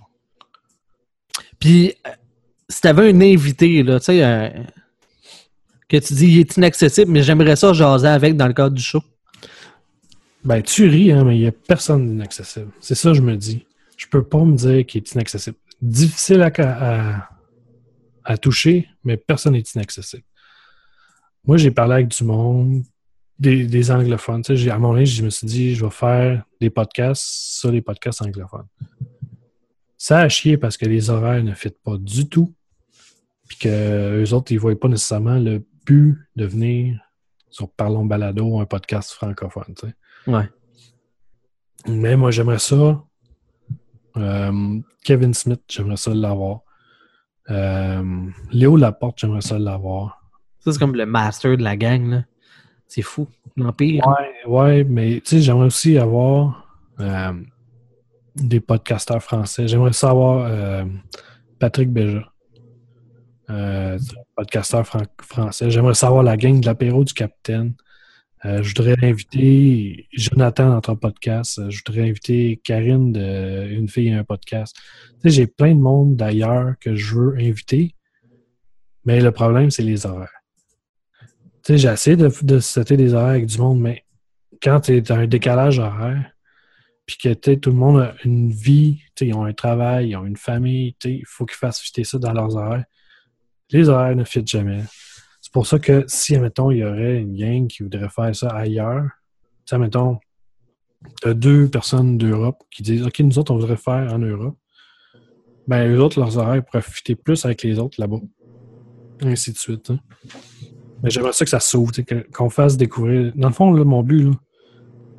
Puis, si tu avais un invité, là, tu sais... Euh... que tu dis il est inaccessible, mais j'aimerais ça jaser avec dans le cadre du show. Ben, tu ris, hein, mais il n'y a personne d'inaccessible. C'est ça que je me dis. Je peux pas me dire qu'il est inaccessible. Difficile à, à, à toucher, mais personne n'est inaccessible. Moi, j'ai parlé avec du monde, des, des anglophones. Tu sais, à mon âge, je me suis dit, je vais faire des podcasts sur les podcasts anglophones. Ça a chier parce que les horaires ne fitent pas du tout. Puis qu'eux autres, ils ne voient pas nécessairement le but de venir sur Parlons Balado, un podcast francophone. Tu sais. Ouais. Mais moi, j'aimerais ça. Euh, Kevin Smith, j'aimerais ça l'avoir. Euh, Léo Laporte, j'aimerais ça l'avoir. Ça, c'est comme le master de la gang, là. C'est fou. L'Empire. Ouais, ouais, mais tu sais, j'aimerais aussi avoir euh, des podcasteurs français. J'aimerais ça avoir euh, Patrick Béja. Euh, podcasteur fran- français. J'aimerais savoir la gang de l'apéro du Capitaine. Euh, je voudrais inviter Jonathan dans notre podcast. Je voudrais inviter Karine de Une fille et un podcast. Tu sais, j'ai plein de monde d'ailleurs que je veux inviter, mais le problème, c'est les horaires. Tu sais, j'ai essayé de, de setter des horaires avec du monde, mais quand tu as un décalage horaire, puis que tout le monde a une vie, ils ont un travail, ils ont une famille, il faut qu'ils fassent fitter ça dans leurs horaires. Les horaires ne fitent jamais. C'est pour ça que si, admettons, il y aurait une gang qui voudrait faire ça ailleurs, tu sais, admettons, tu as deux personnes d'Europe qui disent « OK, nous autres, on voudrait faire en Europe », ben eux autres, leurs horaires pourraient fitter plus avec les autres là-bas. Et ainsi de suite. Hein. Mais j'aimerais ça que ça s'ouvre, qu'on fasse découvrir. Dans le fond, là, mon but, là,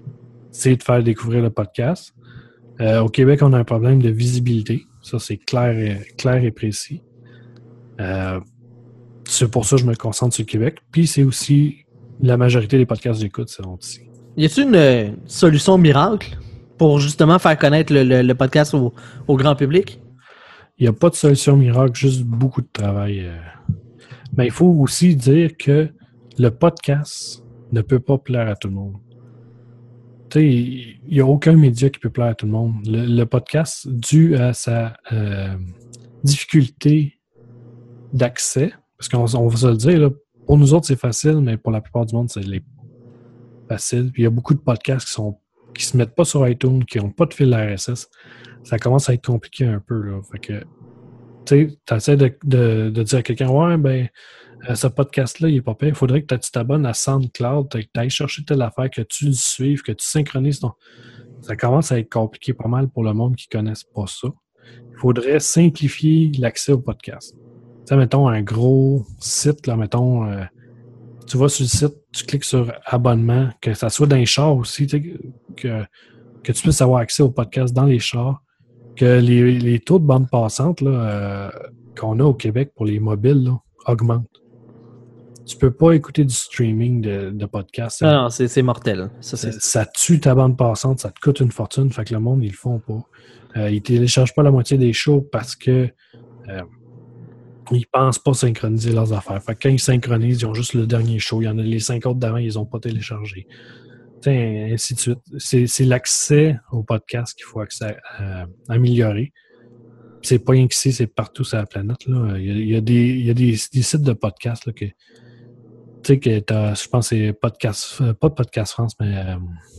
c'est de faire découvrir le podcast. Euh, au Québec, on a un problème de visibilité. Ça, c'est clair et, clair et précis. Euh, c'est pour ça que je me concentre sur le Québec. Puis c'est aussi la majorité des podcasts que j'écoute sont ici. Y a-t-il une euh, solution miracle pour justement faire connaître le, le, le podcast au, au grand public? Il n'y a pas de solution miracle, juste beaucoup de travail. Euh. Mais il faut aussi dire que le podcast ne peut pas plaire à tout le monde. Tu sais, il n'y a aucun média qui peut plaire à tout le monde. Le, le podcast, dû à sa euh, difficulté d'accès, parce qu'on on va se le dire, là, pour nous autres, c'est facile, mais pour la plupart du monde, c'est les facile. Puis il y a beaucoup de podcasts qui sont qui se mettent pas sur iTunes, qui n'ont pas de fil R S S. Ça commence à être compliqué un peu, là. Fait que, tu sais, tu essaies de, de, de dire à quelqu'un, ouais, ben, euh, ce podcast-là, il est pas pire. Il faudrait que tu t'abonnes à SoundCloud, que tu ailles chercher telle affaire, que tu le suives, que tu synchronises ton. Ça commence à être compliqué pas mal pour le monde qui ne connaisse pas ça. Il faudrait simplifier l'accès au podcast. Tu sais, mettons un gros site, là, mettons, euh, tu vas sur le site, tu cliques sur abonnement, que ça soit dans les chars aussi, tu sais, que, que tu puisses avoir accès au podcast dans les chars, que les, les taux de bande passante là, euh, qu'on a au Québec pour les mobiles là, augmentent. Tu peux pas écouter du streaming de, de podcast. Non, non, c'est, c'est mortel. Ça, c'est... ça tue ta bande passante, ça te coûte une fortune, fait que le monde, ils le font pas. Euh, ils téléchargent pas la moitié des shows parce que euh, ils pensent pas synchroniser leurs affaires. Fait que quand ils synchronisent, ils ont juste le dernier show. Il y en a les cinq autres d'avant, ils ont pas téléchargé. T'sais, ainsi de suite. C'est, c'est l'accès au podcast qu'il faut accès, euh, améliorer. C'est pas rien qu'ici, c'est partout sur la planète. Là. Il y a, il y a, des, il y a des, des sites de podcasts là, que tu sais que t'as, je pense que c'est podcast, pas de Podcast France, mais euh,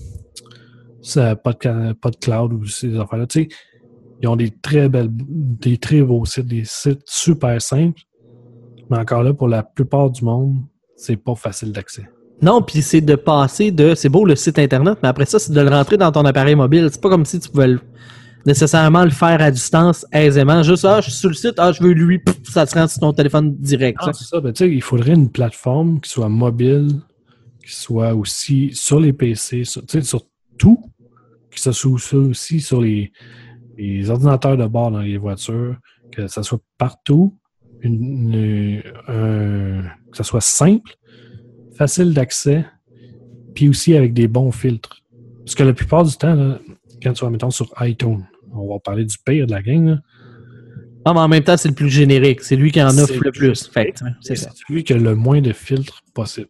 c'est podcast, PodCloud ou ces affaires-là. Tu sais, ils ont des très belles, des très beaux sites, des sites super simples, mais encore là, pour la plupart du monde, c'est pas facile d'accès. Non, puis c'est de passer de... C'est beau le site Internet, mais après ça, c'est de le rentrer dans ton appareil mobile. C'est pas comme si tu pouvais le, nécessairement le faire à distance aisément. Juste, ah, je suis sur le site, ah, je veux lui, pff, ça te rentre sur ton téléphone direct. Ah, c'est ça. Ben, tu sais, il faudrait une plateforme qui soit mobile, qui soit aussi sur les P C, sur, tu sais, sur tout, qui soit aussi sur les, les ordinateurs de bord dans les voitures, que ça soit partout, une, une, un, que ça soit simple, facile d'accès, puis aussi avec des bons filtres. Parce que la plupart du temps, là, quand tu vas, mettons, sur iTunes, on va parler du pire de la gang, là. Ah, mais en même temps, c'est le plus générique. C'est lui qui en offre le plus. Fait, c'est, c'est celui qui a le moins de filtres possible.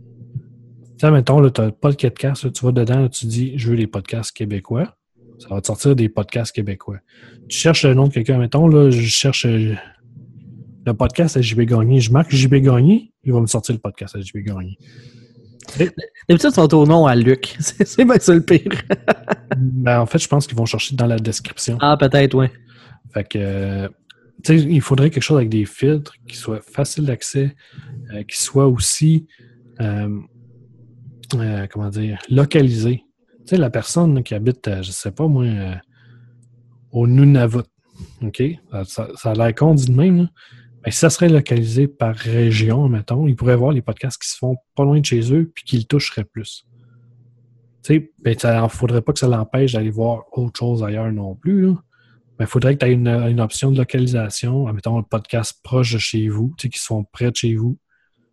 Tu sais, mettons, là, tu n'as pas le podcast, là, tu vas dedans, là, tu dis, je veux les podcasts québécois. Ça va te sortir des podcasts québécois. Tu cherches le nom de quelqu'un, mettons, là, je cherche euh, le podcast à J B Gagné. Je marque J B Gagné, il va me sortir le podcast à J B Gagné. D'habitude, sont au nom à Luc. C'est, c'est bien ça le pire. Ben, en fait, je pense qu'ils vont chercher dans la description. Ah, peut-être, oui. Fait que, euh, tu sais, il faudrait quelque chose avec des filtres qui soient faciles d'accès, euh, qui soient aussi, euh, euh, comment dire, localisés. Tu sais, la personne là, qui habite, euh, je sais pas moi, euh, au Nunavut, OK? Ça, ça a l'air con dit de même, là. Ben, si ça serait localisé par région, mettons, ils pourraient voir les podcasts qui se font pas loin de chez eux puis qui le toucheraient plus. Tu sais, ben, il ne faudrait pas que ça l'empêche d'aller voir autre chose ailleurs non plus, là. Mais il faudrait que tu aies une, une option de localisation, mettons un podcast proche de chez vous, tu sais, qui sont près de chez vous,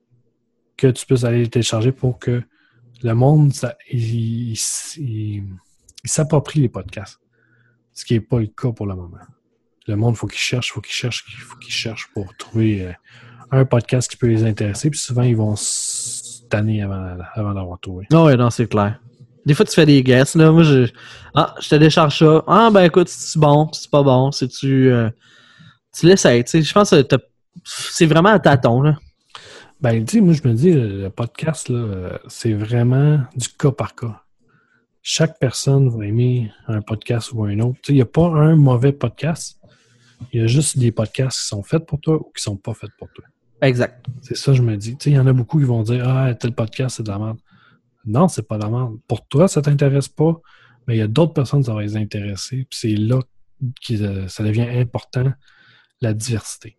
que tu puisses aller les télécharger pour que le monde, ça, il, il, il, il s'approprie les podcasts. Ce qui n'est pas le cas pour le moment. Le monde, il faut qu'il cherche, il faut qu'il cherche, il faut qu'il cherche pour trouver euh, un podcast qui peut les intéresser. Puis souvent, ils vont se tanner avant, avant d'avoir trouvé. Non, oui, non, c'est clair. Des fois, tu fais des guesses. Là. Moi, je... Ah, je te décharge ça. Ah, ben écoute, c'est bon, c'est pas bon. C'est tu. Euh... Tu l'essayes. Tu sais, je pense que t'as... c'est vraiment à tâton, là. Ben, tu sais, moi, je me dis, le podcast, là, c'est vraiment du cas par cas. Chaque personne va aimer un podcast ou un autre. Tu sais, il n'y a pas un mauvais podcast. Il y a juste des podcasts qui sont faits pour toi ou qui ne sont pas faits pour toi. Exact. C'est ça, je me dis. Tu sais, il y en a beaucoup qui vont dire « Ah, tel podcast, c'est de la merde. » Non, c'est pas de la merde. Pour toi, ça ne t'intéresse pas, mais il y a d'autres personnes qui ça va les intéresser. Puis c'est là que ça devient important, la diversité.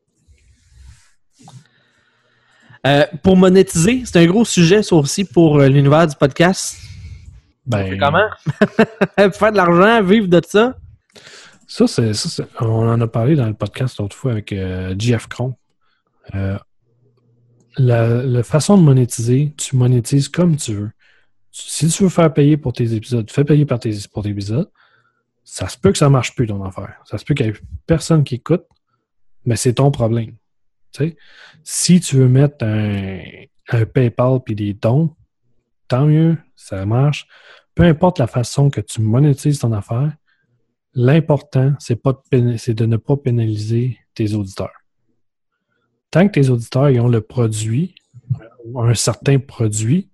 Euh, pour monétiser, c'est un gros sujet, ça aussi, pour euh, l'univers du podcast. Ben, comment? Faire de l'argent, vivre de ça? Ça, c'est, ça c'est, on en a parlé dans le podcast l'autre fois avec euh, J F Cron. Euh, la, la façon de monétiser, tu monétises comme tu veux. Si tu veux faire payer pour tes épisodes, fais payer par tes, pour tes épisodes. Ça se peut que ça marche plus ton affaire. Ça se peut qu'il n'y ait personne qui écoute, mais c'est ton problème. Tu sais? Si tu veux mettre un, un PayPal puis des dons, tant mieux, ça marche. Peu importe la façon que tu monétises ton affaire, l'important, c'est, pas de, pén- c'est de ne pas pénaliser tes auditeurs. Tant que tes auditeurs ils ont le produit, un certain produit,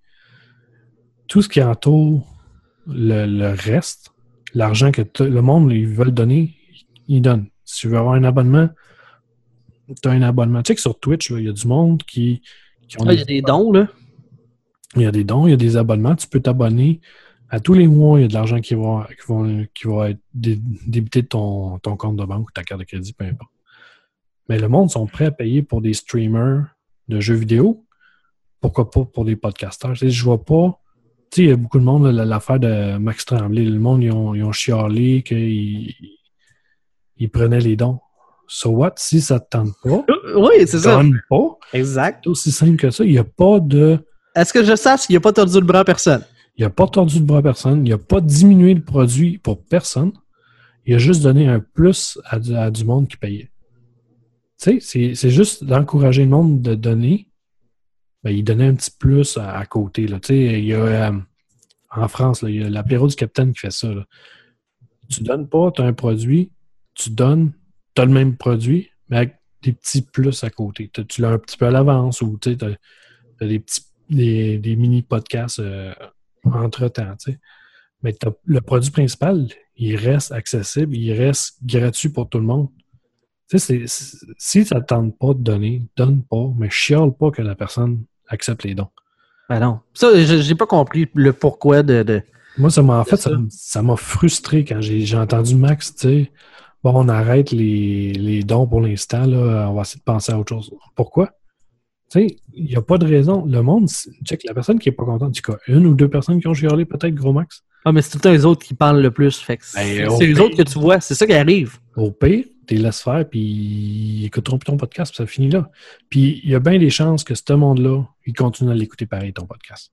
tout ce qui entoure le, le reste, l'argent que t- le monde ils veulent donner, ils donnent. Si tu veux avoir un abonnement, tu as un abonnement. Tu sais que sur Twitch, il y a du monde qui... qui ont ah, il y a des dons, là. Il y a des dons, il y a des abonnements. Tu peux t'abonner à tous les mois. Il y a de l'argent qui va, qui va, qui va être dé- débité de ton, ton compte de banque ou ta carte de crédit, peu importe. Mais le monde sont prêts à payer pour des streamers de jeux vidéo. Pourquoi pas pour des podcasters? Tu sais, je vois pas... Tu sais, il y a beaucoup de monde, là, l'affaire de Max Tremblay. Le monde, ils ont, ils ont chialé qu'ils ils prenaient les dons. So what? Si ça te tente pas, oui, c'est ça. donne pas. Exact. C'est aussi simple que ça. Il n'y a pas de... Est-ce que je sache qu'il n'y a pas tordu le bras à personne? Il n'y a pas tordu le bras à personne. Il n'y a pas diminué le produit pour personne. Il a juste donné un plus à du, à du monde qui payait. Tu sais, c'est, c'est juste d'encourager le monde de donner. Ben, il donnait un petit plus à, à côté. Là. Tu sais, il y a, euh, en France, là, il y a l'apéro du capitaine qui fait ça. Là. Tu donnes pas, tu as un produit, tu donnes, tu as le même produit, mais avec des petits plus à côté. T'as, tu l'as un petit peu à l'avance ou tu as des petits des, des mini-podcasts euh, entre-temps. T'sais. Mais t'as, le produit principal, il reste accessible, il reste gratuit pour tout le monde. C'est, c'est, si ça ne tente pas de donner, donne pas, mais chiale pas que la personne accepte les dons. Ben non. Ça, j'ai pas compris le pourquoi de... de... Moi, ça m'a, en fait, ça, ça m'a frustré quand j'ai, j'ai entendu Max dire « Bon, on arrête les, les dons pour l'instant, là, on va essayer de penser à autre chose. » Pourquoi? Tu sais, il n'y a pas de raison. Le monde, check, la personne qui n'est pas contente, tu cas, une ou deux personnes qui ont chialé, peut-être, gros Max. Ah, mais c'est tout le temps les autres qui parlent le plus. Fait que c'est ben, c'est les autres que tu vois. C'est ça qui arrive. Au pire, tu les laisses faire, puis ils écouteront plus ton podcast, puis ça finit là. Puis il y a bien des chances que ce monde-là, il continue à l'écouter pareil, ton podcast.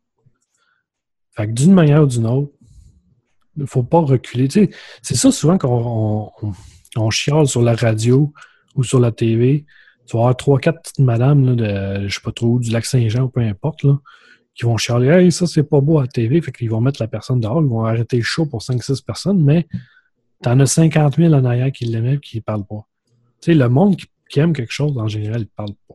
Fait que d'une manière ou d'une autre, il ne faut pas reculer. Tu sais, c'est ça souvent qu'on on, on, on chiale sur la radio ou sur la T V. Tu vas avoir trois, quatre petites madames là, de, je sais pas trop, du Lac-Saint-Jean ou peu importe, là, qui vont chialer « Hey, ça, c'est pas beau à la T V », fait qu'ils vont mettre la personne dehors, ils vont arrêter le show pour cinq six personnes, mais t'en as cinquante mille en arrière qui l'aimaient et qui ne parlent pas. Tu sais, le monde qui, qui aime quelque chose, en général, il ne parle pas.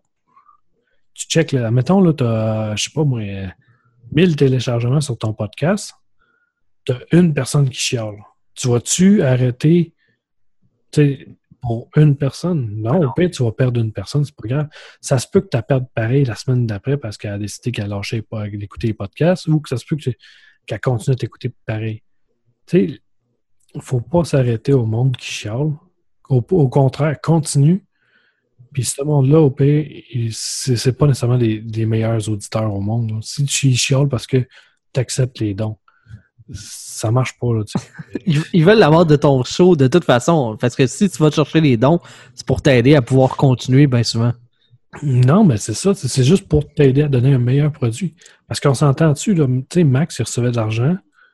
Tu check, là, mettons, là, t'as, je sais pas moi, mille téléchargements sur ton podcast, t'as une personne qui chiale. Tu vas-tu arrêter, tu sais, pour une personne? Non, au pire, tu vas perdre une personne, c'est pas grave. Ça se peut que tu perdes pareil la semaine d'après parce qu'elle a décidé qu'elle a lâché d'écouter les podcasts ou que ça se peut que tu, qu'elle continue à t'écouter pareil. Tu sais, il ne faut pas s'arrêter au monde qui chiale. Au, au contraire, continue. Puis ce monde-là, au pire, il, c'est, c'est pas nécessairement les, les meilleurs auditeurs au monde. Là. Si tu chiales parce que tu acceptes les dons, ça marche pas, là, tu sais. Ils, ils veulent l'avoir de ton show de toute façon. Parce que si tu vas te chercher les dons, c'est pour t'aider à pouvoir continuer bien souvent. Non, mais c'est ça. C'est juste pour t'aider à donner un meilleur produit. Parce qu'on s'entend dessus, là. Tu sais, Max, il recevait de l'argent.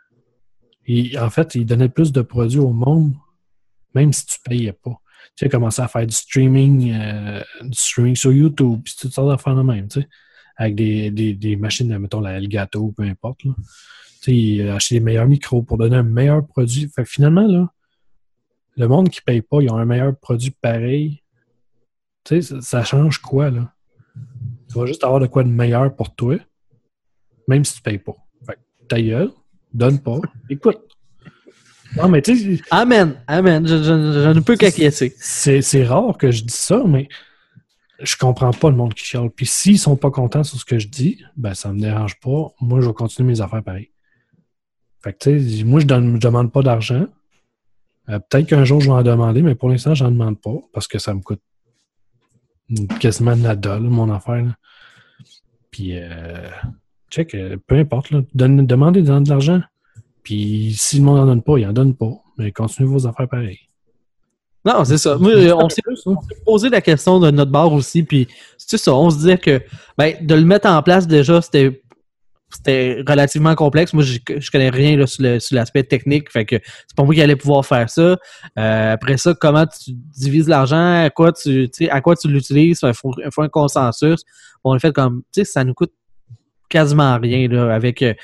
Et en fait, il donnait plus de produits au monde, même si tu ne payais pas. Tu sais, il a commencé à faire du streaming, euh, du streaming sur YouTube, puis toutes sortes d'affaires de même, tu sais. Avec des, des, des machines, mettons, la Elgato, peu importe, là. Tu sais, il a acheté les meilleurs micros pour donner un meilleur produit. Fait que finalement, là, le monde qui ne paye pas, ils ont un meilleur produit pareil. Tu sais, ça, ça change quoi, là? Tu vas juste avoir de quoi de meilleur pour toi, même si tu ne payes pas. Fait que ta gueule, donne pas, écoute. Non, mais tu sais... Amen, amen, je, je, je ne peux qu'acquiescer. C'est, c'est rare que je dise ça, mais je comprends pas le monde qui chiale. Puis s'ils sont pas contents sur ce que je dis, ben ça me dérange pas. Moi, je vais continuer mes affaires pareil. Fait que tu sais, moi, je ne demande pas d'argent. Euh, peut-être qu'un jour, je vais en demander, mais pour l'instant, je n'en demande pas parce que ça me coûte quasiment nada, là, mon affaire. Là. Puis, euh, check, peu importe, là, donne, demandez de l'argent. Puis si le monde n'en donne pas, il n'en donne pas. Mais continuez vos affaires pareil. Non, c'est ça. Moi, on s'est, on s'est posé la question de notre bar aussi, puis c'est ça. On se disait que ben, de le mettre en place déjà, c'était, c'était relativement complexe. Moi, je, je connais rien là, sur, le, sur l'aspect technique, fait que c'est pas moi qui allais pouvoir faire ça. Euh, après ça, comment tu divises l'argent, à quoi tu, tu sais, à quoi tu l'utilises, il faut, faut un consensus. Bon, on a fait comme, tu sais, ça nous coûte quasiment rien là, avec. Euh,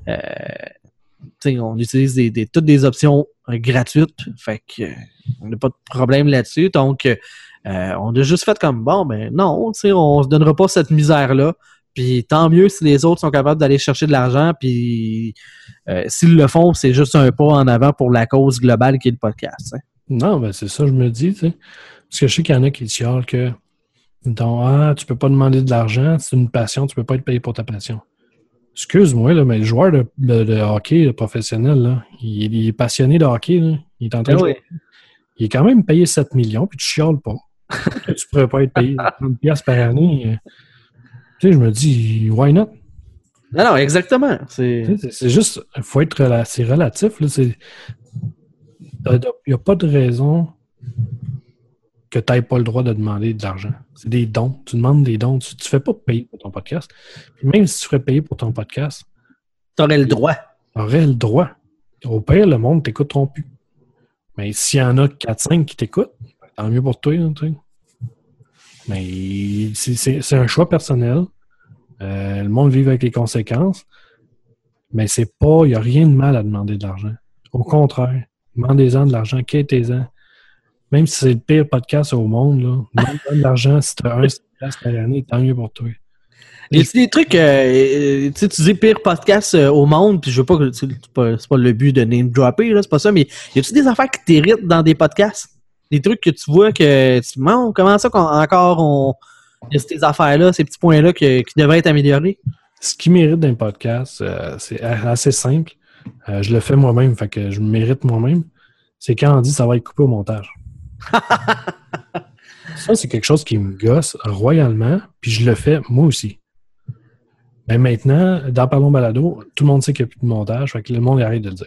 on utilise des, des, toutes des options euh, gratuites, fait que euh, on n'a pas de problème là-dessus. Donc, euh, on a juste fait comme bon, ben non, on se donnera pas cette misère-là. Puis tant mieux si les autres sont capables d'aller chercher de l'argent. Puis euh, s'ils le font, c'est juste un pas en avant pour la cause globale qui est le podcast. Hein. Non, ben c'est ça, je me dis, tu sais. Parce que je sais qu'il y en a qui chialent que donc, ah, tu peux pas demander de l'argent, c'est une passion, tu peux pas être payé pour ta passion. Excuse-moi, là, mais le joueur de, de, de hockey professionnel, là, il, il est passionné de hockey. Là. Il est en train de jouer. Il est quand même payé sept millions, puis tu chiales pas. Tu pourrais pas être payé trente dollars par année. Tu sais, je me dis, why not? Non, non, exactement. C'est, c'est, c'est juste, il faut être c'est relatif. Là, c'est, il n'y a pas de raison que tu n'aies pas le droit de demander de l'argent. C'est des dons. Tu demandes des dons. Tu ne fais pas payer pour ton podcast. Puis même si tu ferais payer pour ton podcast, tu aurais le droit. Tu aurais le droit. Au pire, le monde ne t'écouteront plus. Mais s'il y en a quatre cinq qui t'écoutent, tant mieux pour toi. Hein, tu sais. Mais c'est, c'est, c'est un choix personnel. Euh, le monde vit avec les conséquences. Mais c'est pas, il n'y a rien de mal à demander de l'argent. Au contraire, demandez-en de l'argent, quêtez-en. Même si c'est le pire podcast au monde, là, demande de l'argent si tu as un podcast par année, tant mieux pour toi. Y a-t-il des trucs, euh, tu dis pire podcast euh, au monde, puis je veux pas que c'est pas, c'est pas le but de name dropper, là, c'est pas ça, mais y a-t-il des affaires qui t'irritent dans des podcasts? Des trucs que tu vois que tu bon, comment ça qu'on, encore on y a ces affaires-là, ces petits points-là que, qui devraient être améliorés? Ce qui mérite d'un podcast, euh, c'est assez simple. Euh, je le fais moi-même, fait que je me mérite moi-même. C'est quand on dit ça va être coupé au montage. Ça, c'est quelque chose qui me gosse royalement, puis je le fais moi aussi. Mais maintenant, dans Parlons Balado, tout le monde sait qu'il n'y a plus de montage, fait que le monde arrête de le dire.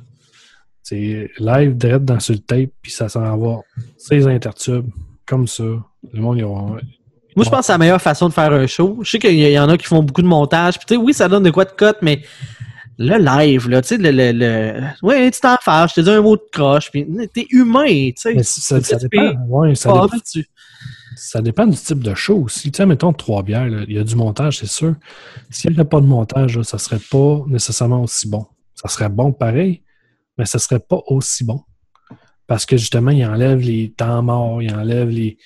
C'est live, direct dans sur le tape, puis ça s'en va seize intertubes, comme ça. Le monde, ils aura... Moi, je pense que c'est la meilleure façon de faire un show. Je sais qu'il y en a qui font beaucoup de montage, puis tu sais, oui, ça donne de quoi de cote, mais le live, là, tu sais, le, le, le... Ouais, tu t'en fâches, je te dis un mot de croche, puis t'es humain, tu sais. Ça, ça, ça dépend, ouais, ça, dépend, ça dépend du type de show aussi. Tu sais, mettons trois bières, là, il y a du montage, c'est sûr. S'il n'y avait pas de montage, là, ça serait pas nécessairement aussi bon. Ça serait bon pareil, mais ça serait pas aussi bon. Parce que justement, il enlève les temps morts, il enlève les...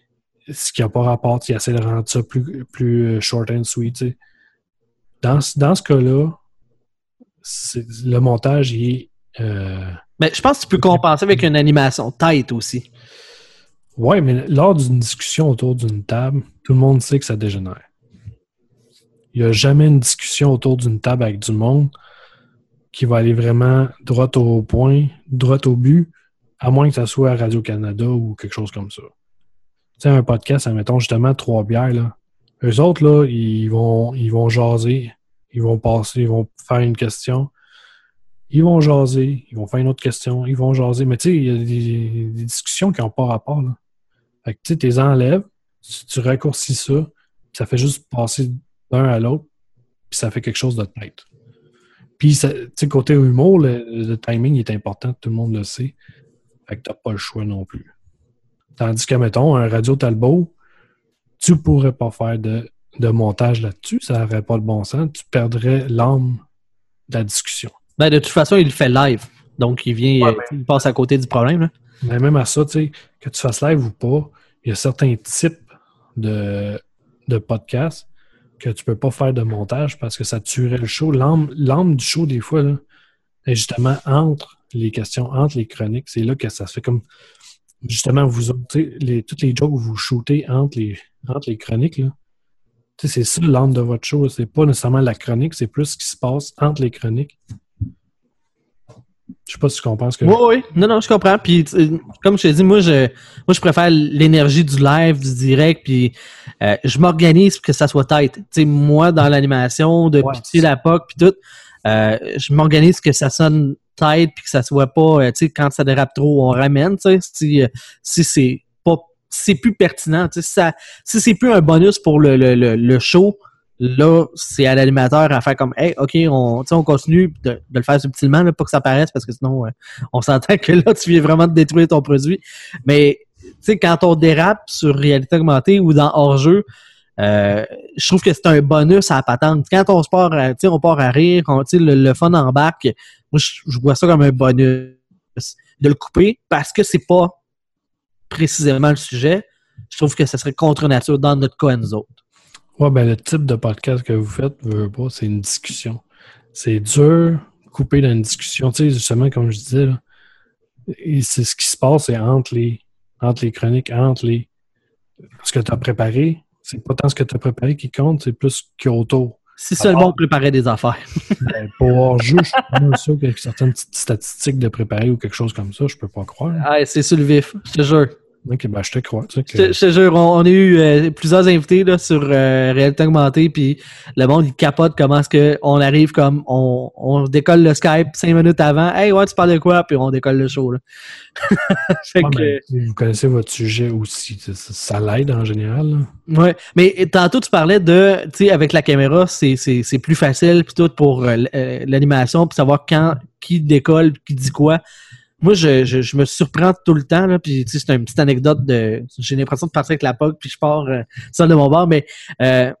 ce qui n'a pas rapport, il essaie de rendre ça plus, plus short and sweet, tu sais. Dans, dans ce cas-là, c'est, le montage, il est... Euh... Mais je pense que tu peux compenser avec une animation tight aussi. Oui, mais lors d'une discussion autour d'une table, tout le monde sait que ça dégénère. Il n'y a jamais une discussion autour d'une table avec du monde qui va aller vraiment droit au point, droit au but, à moins que ça soit à Radio-Canada ou quelque chose comme ça. Tu sais, un podcast, admettons justement trois bières, là. Eux autres, là, ils vont, ils vont jaser. Ils vont passer, ils vont faire une question. Ils vont jaser. Ils vont faire une autre question. Ils vont jaser. Mais tu sais, il y a des, des discussions qui n'ont pas rapport, là. Fait que tu sais, tu les enlèves, tu, tu raccourcis ça, puis ça fait juste passer d'un à l'autre, puis ça fait quelque chose de tête. Puis, tu sais, côté humour, le, le timing est important, tout le monde le sait. Fait que t'as pas le choix non plus. Tandis que, mettons, un Radio Talbot, tu pourrais pas faire de, de montage là-dessus, ça n'aurait pas le bon sens, tu perdrais l'âme de la discussion. Ben, de toute façon, il le fait live. Donc, il vient, ouais, mais... il passe à côté du problème, là. Mais même à ça, tu sais, que tu fasses live ou pas, il y a certains types de, de podcasts que tu peux pas faire de montage parce que ça tuerait le show. L'âme, l'âme du show, des fois, là, est justement entre les questions, entre les chroniques. C'est là que ça se fait comme, justement, vous autres, les, toutes les jokes que vous shootez entre les, entre les chroniques, là. Tu sais, c'est ça l'âme de votre show. C'est pas nécessairement la chronique, c'est plus ce qui se passe entre les chroniques. Je sais pas si tu comprends ce que oui, je... oui, non, non, je comprends. Puis, comme je t'ai dit, moi, je, moi, je préfère l'énergie du live, du direct, puis euh, je m'organise pour que ça soit tight. Tu sais, moi, dans l'animation, de ouais, pitcher la P O C, puis tout, Euh, je m'organise que ça sonne tight puis que ça soit pas, euh, tu sais, quand ça dérape trop, on ramène, tu sais, si, euh, si c'est pas, si c'est plus pertinent, tu sais, si ça, si c'est plus un bonus pour le, le, le, le show, là, c'est à l'animateur à faire comme, hey, ok, on, tu sais, on continue de, de le faire subtilement, là, pas que ça paraisse, parce que sinon, euh, on s'entend que là, tu viens vraiment de détruire ton produit. Mais, tu sais, quand on dérape sur réalité augmentée ou dans hors-jeu, Euh, je trouve que c'est un bonus à la patente. Quand on se part, à, on part à rire, on, le, le fun embarque, moi, je, je vois ça comme un bonus de le couper parce que c'est pas précisément le sujet. Je trouve que ça serait contre nature dans notre cas à nous autres. Ouais, ben le type de podcast que vous faites, veux, veux pas, c'est une discussion. C'est dur de couper dans une discussion. Tu sais, justement, comme je disais, là, et c'est ce qui se passe, c'est entre les, entre les chroniques, entre les ce que tu as préparé. C'est pas tant ce que tu as préparé qui compte, c'est plus ce qu'il y a autour. Si seulement on préparait des affaires. Ben, pour hors-jeu, je suis pas sûr qu'avec certaines petites statistiques de préparer ou quelque chose comme ça, je peux pas croire. Ah, c'est sur le vif, je te jure. Ok, ben je te crois. Tu sais que... je, je te jure, on, on a eu euh, plusieurs invités là, sur euh, réalité augmentée, puis le monde il capote comment est-ce qu'on arrive comme on, on décolle le Skype cinq minutes avant. Hey, ouais, tu parles de quoi? Puis on décolle le show. Là. fait ouais, que, ben, vous connaissez votre sujet aussi. Ça, ça l'aide en général. Là. Ouais, mais tantôt tu parlais de, tu sais, avec la caméra, c'est, c'est, c'est plus facile puis tout pour euh, l'animation, puis savoir quand, qui décolle, qui dit quoi. Moi, je, je, je me surprends tout le temps, là, puis tu sais, c'est une petite anecdote de. J'ai l'impression de partir avec la P O C, puis je pars euh, seul de mon bord, mais euh,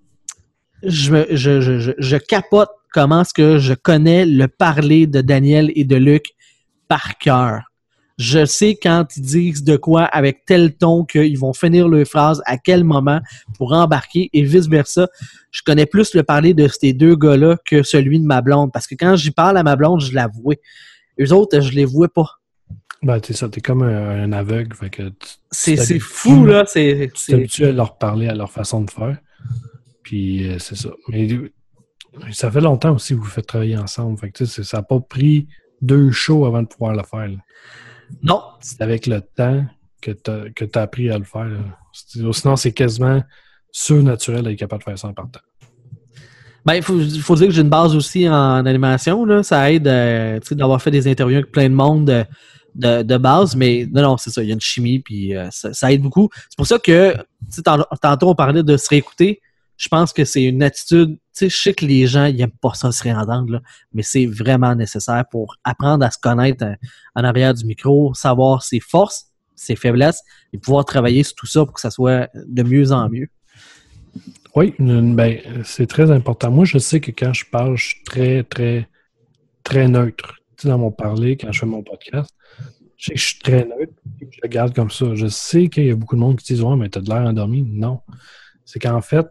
je, me, je, je, je, je capote comment est-ce que je connais le parler de Daniel et de Luc par cœur. Je sais quand ils disent de quoi avec tel ton qu'ils vont finir leur phrase, à quel moment pour embarquer et vice-versa. Je connais plus le parler de ces deux gars-là que celui de ma blonde, parce que quand j'y parle à ma blonde, je l'avoue. Eux autres, je les vois pas. Ben, t'es ça, t'es comme un, un aveugle. Fait que tu, c'est, tu c'est fou, là. C'est, tu t'habitues à leur parler, à leur façon de faire. Puis, euh, c'est ça. Mais ça fait longtemps aussi que vous faites travailler ensemble. Fait que, ça n'a pas pris deux shows avant de pouvoir le faire. Là. Non. C'est avec le temps que tu que as appris à le faire. Là. Sinon, c'est quasiment surnaturel d'être capable de faire ça en partant. Ben, il faut, faut dire que j'ai une base aussi en animation, là. Ça aide euh, d'avoir fait des interviews avec plein de monde de, de, de base, mais non, non, c'est ça, il y a une chimie, puis euh, ça, ça aide beaucoup. C'est pour ça que, tantôt on parlait de se réécouter, je pense que c'est une attitude, tu sais, je sais que les gens, ils n'aiment pas ça se réentendre, là, mais c'est vraiment nécessaire pour apprendre à se connaître en, en arrière du micro, savoir ses forces, ses faiblesses, et pouvoir travailler sur tout ça pour que ça soit de mieux en mieux. Oui, ben, c'est très important. Moi, je sais que quand je parle, je suis très, très, très neutre. Tu sais, dans mon parler, quand je fais mon podcast, je sais que je suis très neutre. Je le garde comme ça. Je sais qu'il y a beaucoup de monde qui disent « Ouais, mais t'as de l'air endormi. » Non. C'est qu'en fait,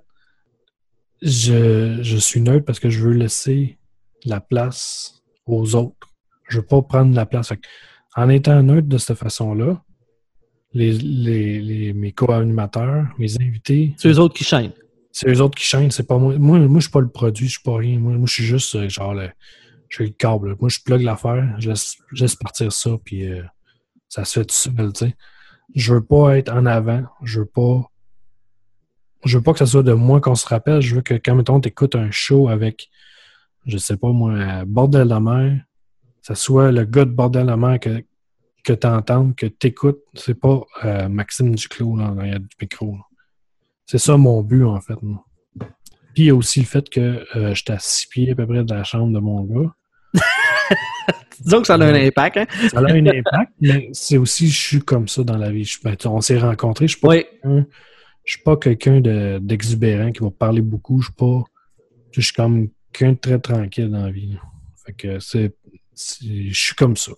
je, je suis neutre parce que je veux laisser la place aux autres. Je veux pas prendre la place. En étant neutre de cette façon-là, les, les, les, mes co-animateurs, mes invités... C'est eux autres qui chaînent. C'est eux autres qui chaînent, c'est pas moi. Moi, moi je suis pas le produit, je suis pas rien. Moi, moi je suis juste euh, genre le. Je suis le câble. Là. Moi, je plug l'affaire, je laisse, je laisse partir ça, puis euh, ça se fait tout seul, tu sais. Je veux pas être en avant. Je veux pas. Je veux pas que ce soit de moi qu'on se rappelle. Je veux que quand, mettons, t'écoutes un show avec, je sais pas moi, Bordel de la mer, ça soit le gars de Bordel de la mer que, que t'entends, que t'écoutes. C'est pas euh, Maxime Duclos là, derrière du micro. Là. C'est ça mon but, en fait. Moi. Puis il y a aussi le fait que euh, j'étais à six pieds à peu près de la chambre de mon gars. Disons que ça a un impact. Hein? Ça a un impact, mais c'est aussi, je suis comme ça dans la vie. Je, ben, on s'est rencontrés. Je ne suis, oui. suis pas quelqu'un de, d'exubérant qui va parler beaucoup. Je suis pas. Je suis comme quelqu'un de très tranquille dans la vie. Fait que c'est, c'est, je suis comme ça.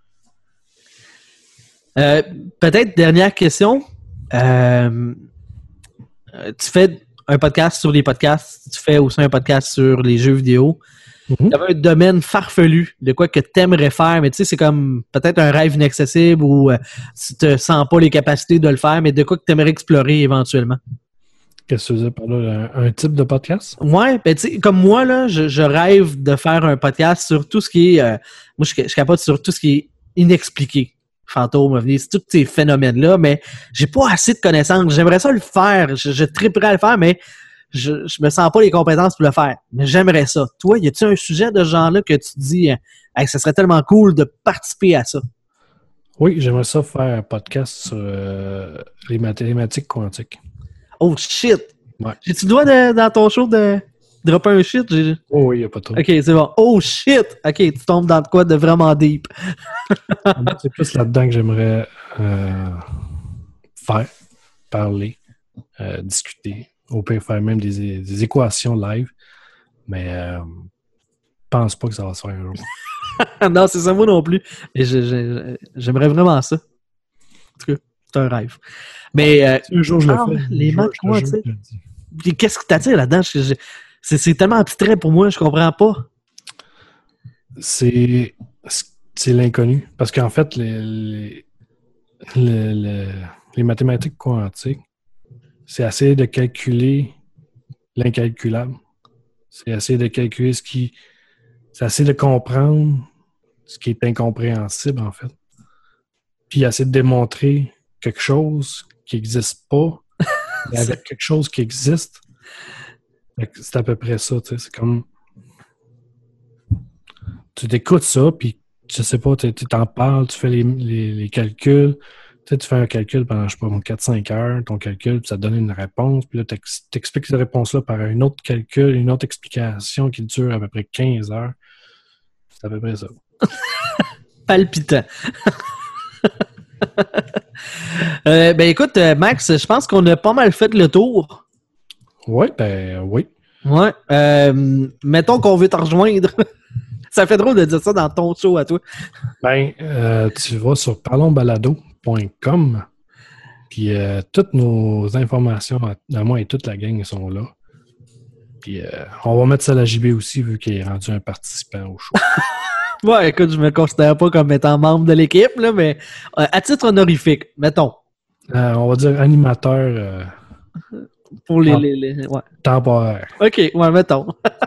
Euh, peut-être dernière question. Euh, tu fais un podcast sur les podcasts, tu fais aussi un podcast sur les jeux vidéo. Mm-hmm. Tu avais un domaine farfelu de quoi que tu aimerais faire, mais tu sais, c'est comme peut-être un rêve inaccessible ou euh, tu te sens pas les capacités de le faire, mais de quoi que tu aimerais explorer éventuellement. Qu'est-ce que tu veux dire par là? Un, un type de podcast? Ouais, ben tu sais, comme moi, là, je, je rêve de faire un podcast sur tout ce qui est... Euh, moi, je, je capote sur tout ce qui est inexpliqué. Fantôme, ovni, c'est tous ces phénomènes-là, mais j'ai pas assez de connaissances. J'aimerais ça le faire. Je, je triperais à le faire, mais je, je me sens pas les compétences pour le faire. Mais j'aimerais ça. Toi, y a-tu un sujet de ce genre-là que tu te dis, hey, ça serait tellement cool de participer à ça? Oui, j'aimerais ça faire un podcast sur euh, les mathématiques quantiques. Oh shit! Ouais. J'ai-tu le droit de, dans ton show de dropper un shit? J'ai... Oh oui, il n'y a pas trop. Ok, c'est bon. Oh shit! Ok, tu tombes dans de quoi de vraiment deep. C'est plus là-dedans que j'aimerais euh, faire, parler, euh, discuter. Au pire, faire même des, des équations live. Mais euh, je pense pas que ça va se faire un jour. Non, c'est ça, moi non plus. Et je, je, j'aimerais vraiment ça. En tout cas, c'est un rêve. Mais euh, un jour, je ah, le fais. Les maths, quoi, tu sais. Puis qu'est-ce que t'attires là-dedans? Je, je, c'est, c'est tellement abstrait pour moi, je comprends pas. C'est, c'est l'inconnu. Parce qu'en fait, les, les, les, les, les mathématiques quantiques, c'est essayer de calculer l'incalculable. C'est essayer de calculer ce qui... C'est essayer de comprendre ce qui est incompréhensible, en fait. Puis essayer de démontrer quelque chose qui n'existe pas, mais avec quelque chose qui existe. C'est à peu près ça, tu sais. C'est comme... Tu t'écoutes ça, puis je sais pas, tu t'en parles, tu fais les, les, les calculs. Tu sais, tu fais un calcul pendant, je sais pas, quatre cinq heures, ton calcul, puis ça te donne une réponse, puis là, tu expliques cette réponse-là par un autre calcul, une autre explication qui dure à peu près quinze heures. C'est à peu près ça. Palpitant. euh, ben écoute, Max, je pense qu'on a pas mal fait le tour. Oui, ben oui. Ouais. Euh, mettons qu'on veut te rejoindre. Ça fait drôle de dire ça dans ton show à toi. Ben, euh, tu vas sur parlons balado point com, puis euh, toutes nos informations à, à moi et toute la gang sont là. Puis euh, on va mettre ça à la J B aussi, vu qu'il est rendu un participant au show. Ouais, écoute, je me considère pas comme étant membre de l'équipe, là, mais euh, à titre honorifique, mettons. Euh, on va dire animateur... Euh, pour les... les, les ouais. Temporaire. OK, ouais, mettons.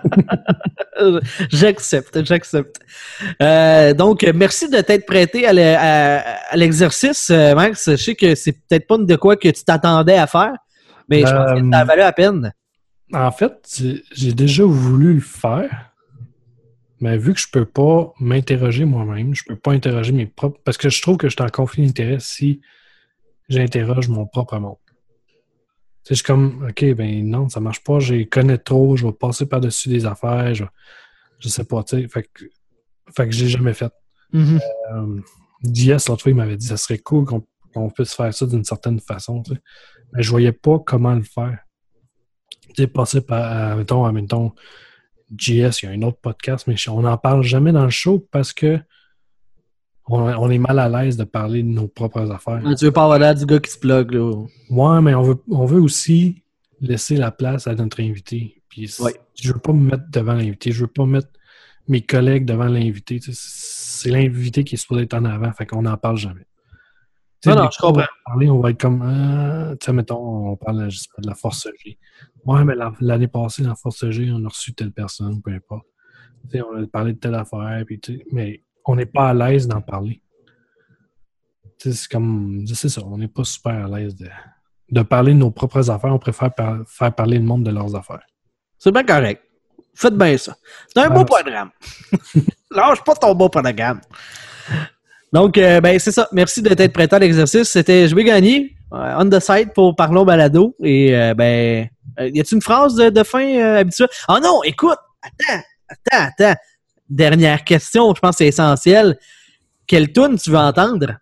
J'accepte, j'accepte. Euh, donc, merci de t'être prêté à, le, à, à l'exercice, Max. Je sais que c'est peut-être pas de quoi que tu t'attendais à faire, mais je pense euh, que ça a valu la peine. En fait, j'ai déjà voulu le faire, mais vu que je peux pas m'interroger moi-même, je peux pas interroger mes propres... Parce que je trouve que je suis en conflit d'intérêt si j'interroge mon propre monde. Tu sais, je suis comme, OK, ben non, ça marche pas, je connais trop, je vais passer par-dessus des affaires, je, je sais pas, tu sais, fait que, fait que j'ai jamais fait. Mm-hmm. Euh, J S, l'autre fois, il m'avait dit, ça serait cool qu'on, qu'on puisse faire ça d'une certaine façon, tu sais. Mais je voyais pas comment le faire. Tu sais, passer par, mettons, mettons, J S, il y a un autre podcast, mais on n'en parle jamais dans le show parce que on, on est mal à l'aise de parler de nos propres affaires. Tu veux pas avoir l'air du gars qui se plug, là. Ouais, mais on veut, on veut aussi laisser la place à notre invité. Puis ouais. Je veux pas me mettre devant l'invité. Je veux pas mettre mes collègues devant l'invité. Tu sais, c'est l'invité qui est supposé être en avant. Fait qu'on n'en parle jamais. Non, non, je comprends. On va, parler, on va être comme... Euh, tu sais, mettons, on parle je sais pas, de la Force G. Ouais, mais la, l'année passée, dans la Force G, on a reçu telle personne, peu importe. Tu sais, on a parlé de telle affaire, puis tu sais, mais on n'est pas à l'aise d'en parler. Tu sais, c'est comme... C'est ça, on n'est pas super à l'aise de... de parler de nos propres affaires, on préfère par- faire parler le monde de leurs affaires. C'est bien correct. Faites bien ça. C'est un beau programme. Lâche pas ton beau programme. Donc, euh, ben c'est ça. Merci de t'être prêté à l'exercice. C'était Je vais gagner, euh, on the side pour Parlons Balado. Et euh, ben, euh, y a-t-il une phrase de, de fin euh, habituelle? Ah oh non, écoute, attends, attends, attends. Dernière question, je pense que c'est essentiel. Quelle tune tu veux entendre?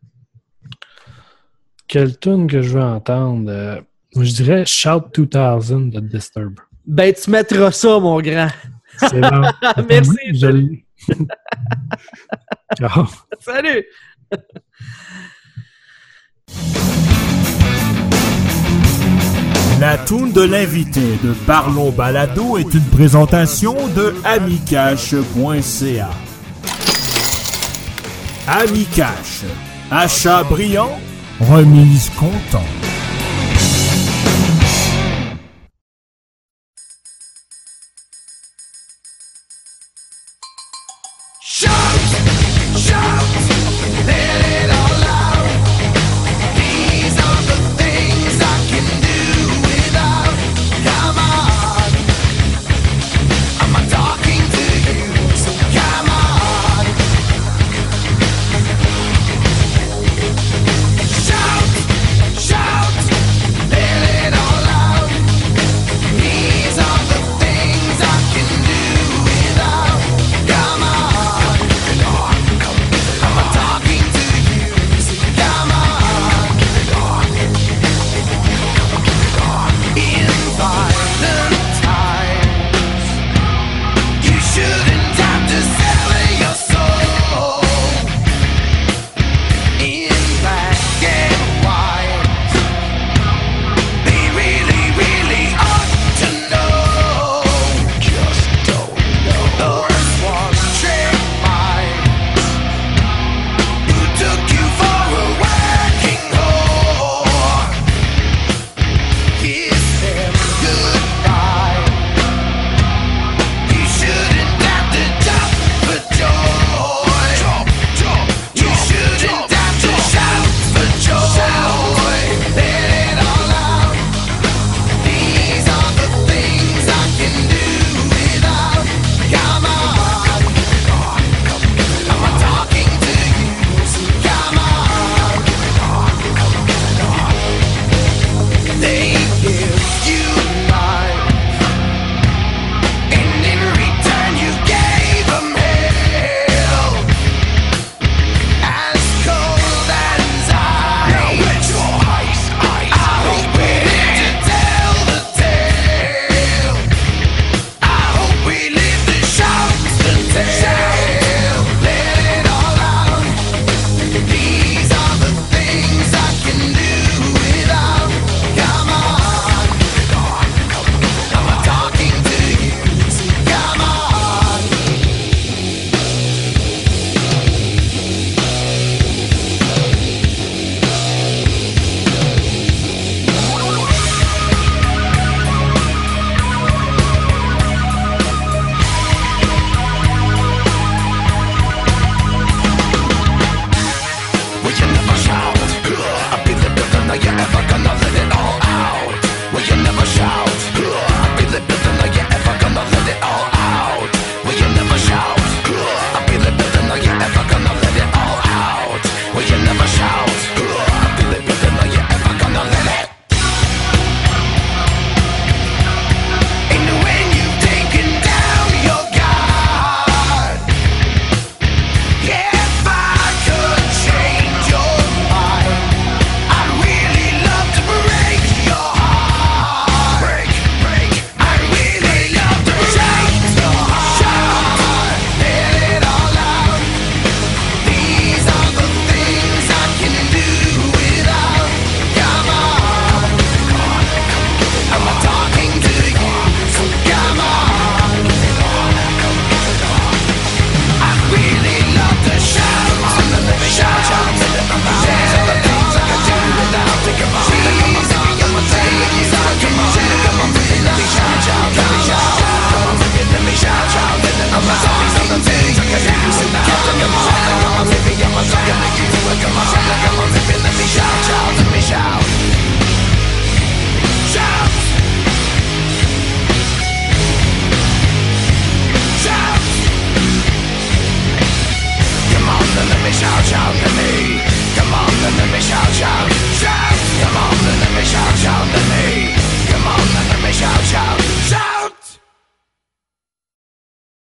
Quelle tune que je veux entendre? Euh, je dirais Shout deux mille de Disturbed. Ben, tu mettras ça, mon grand. C'est bon. Merci. Je l'ai. Ciao. Salut. La toune de l'invité de Parlons Balado est une présentation de amicash point c a. Amicash. Achat brillant, remise content.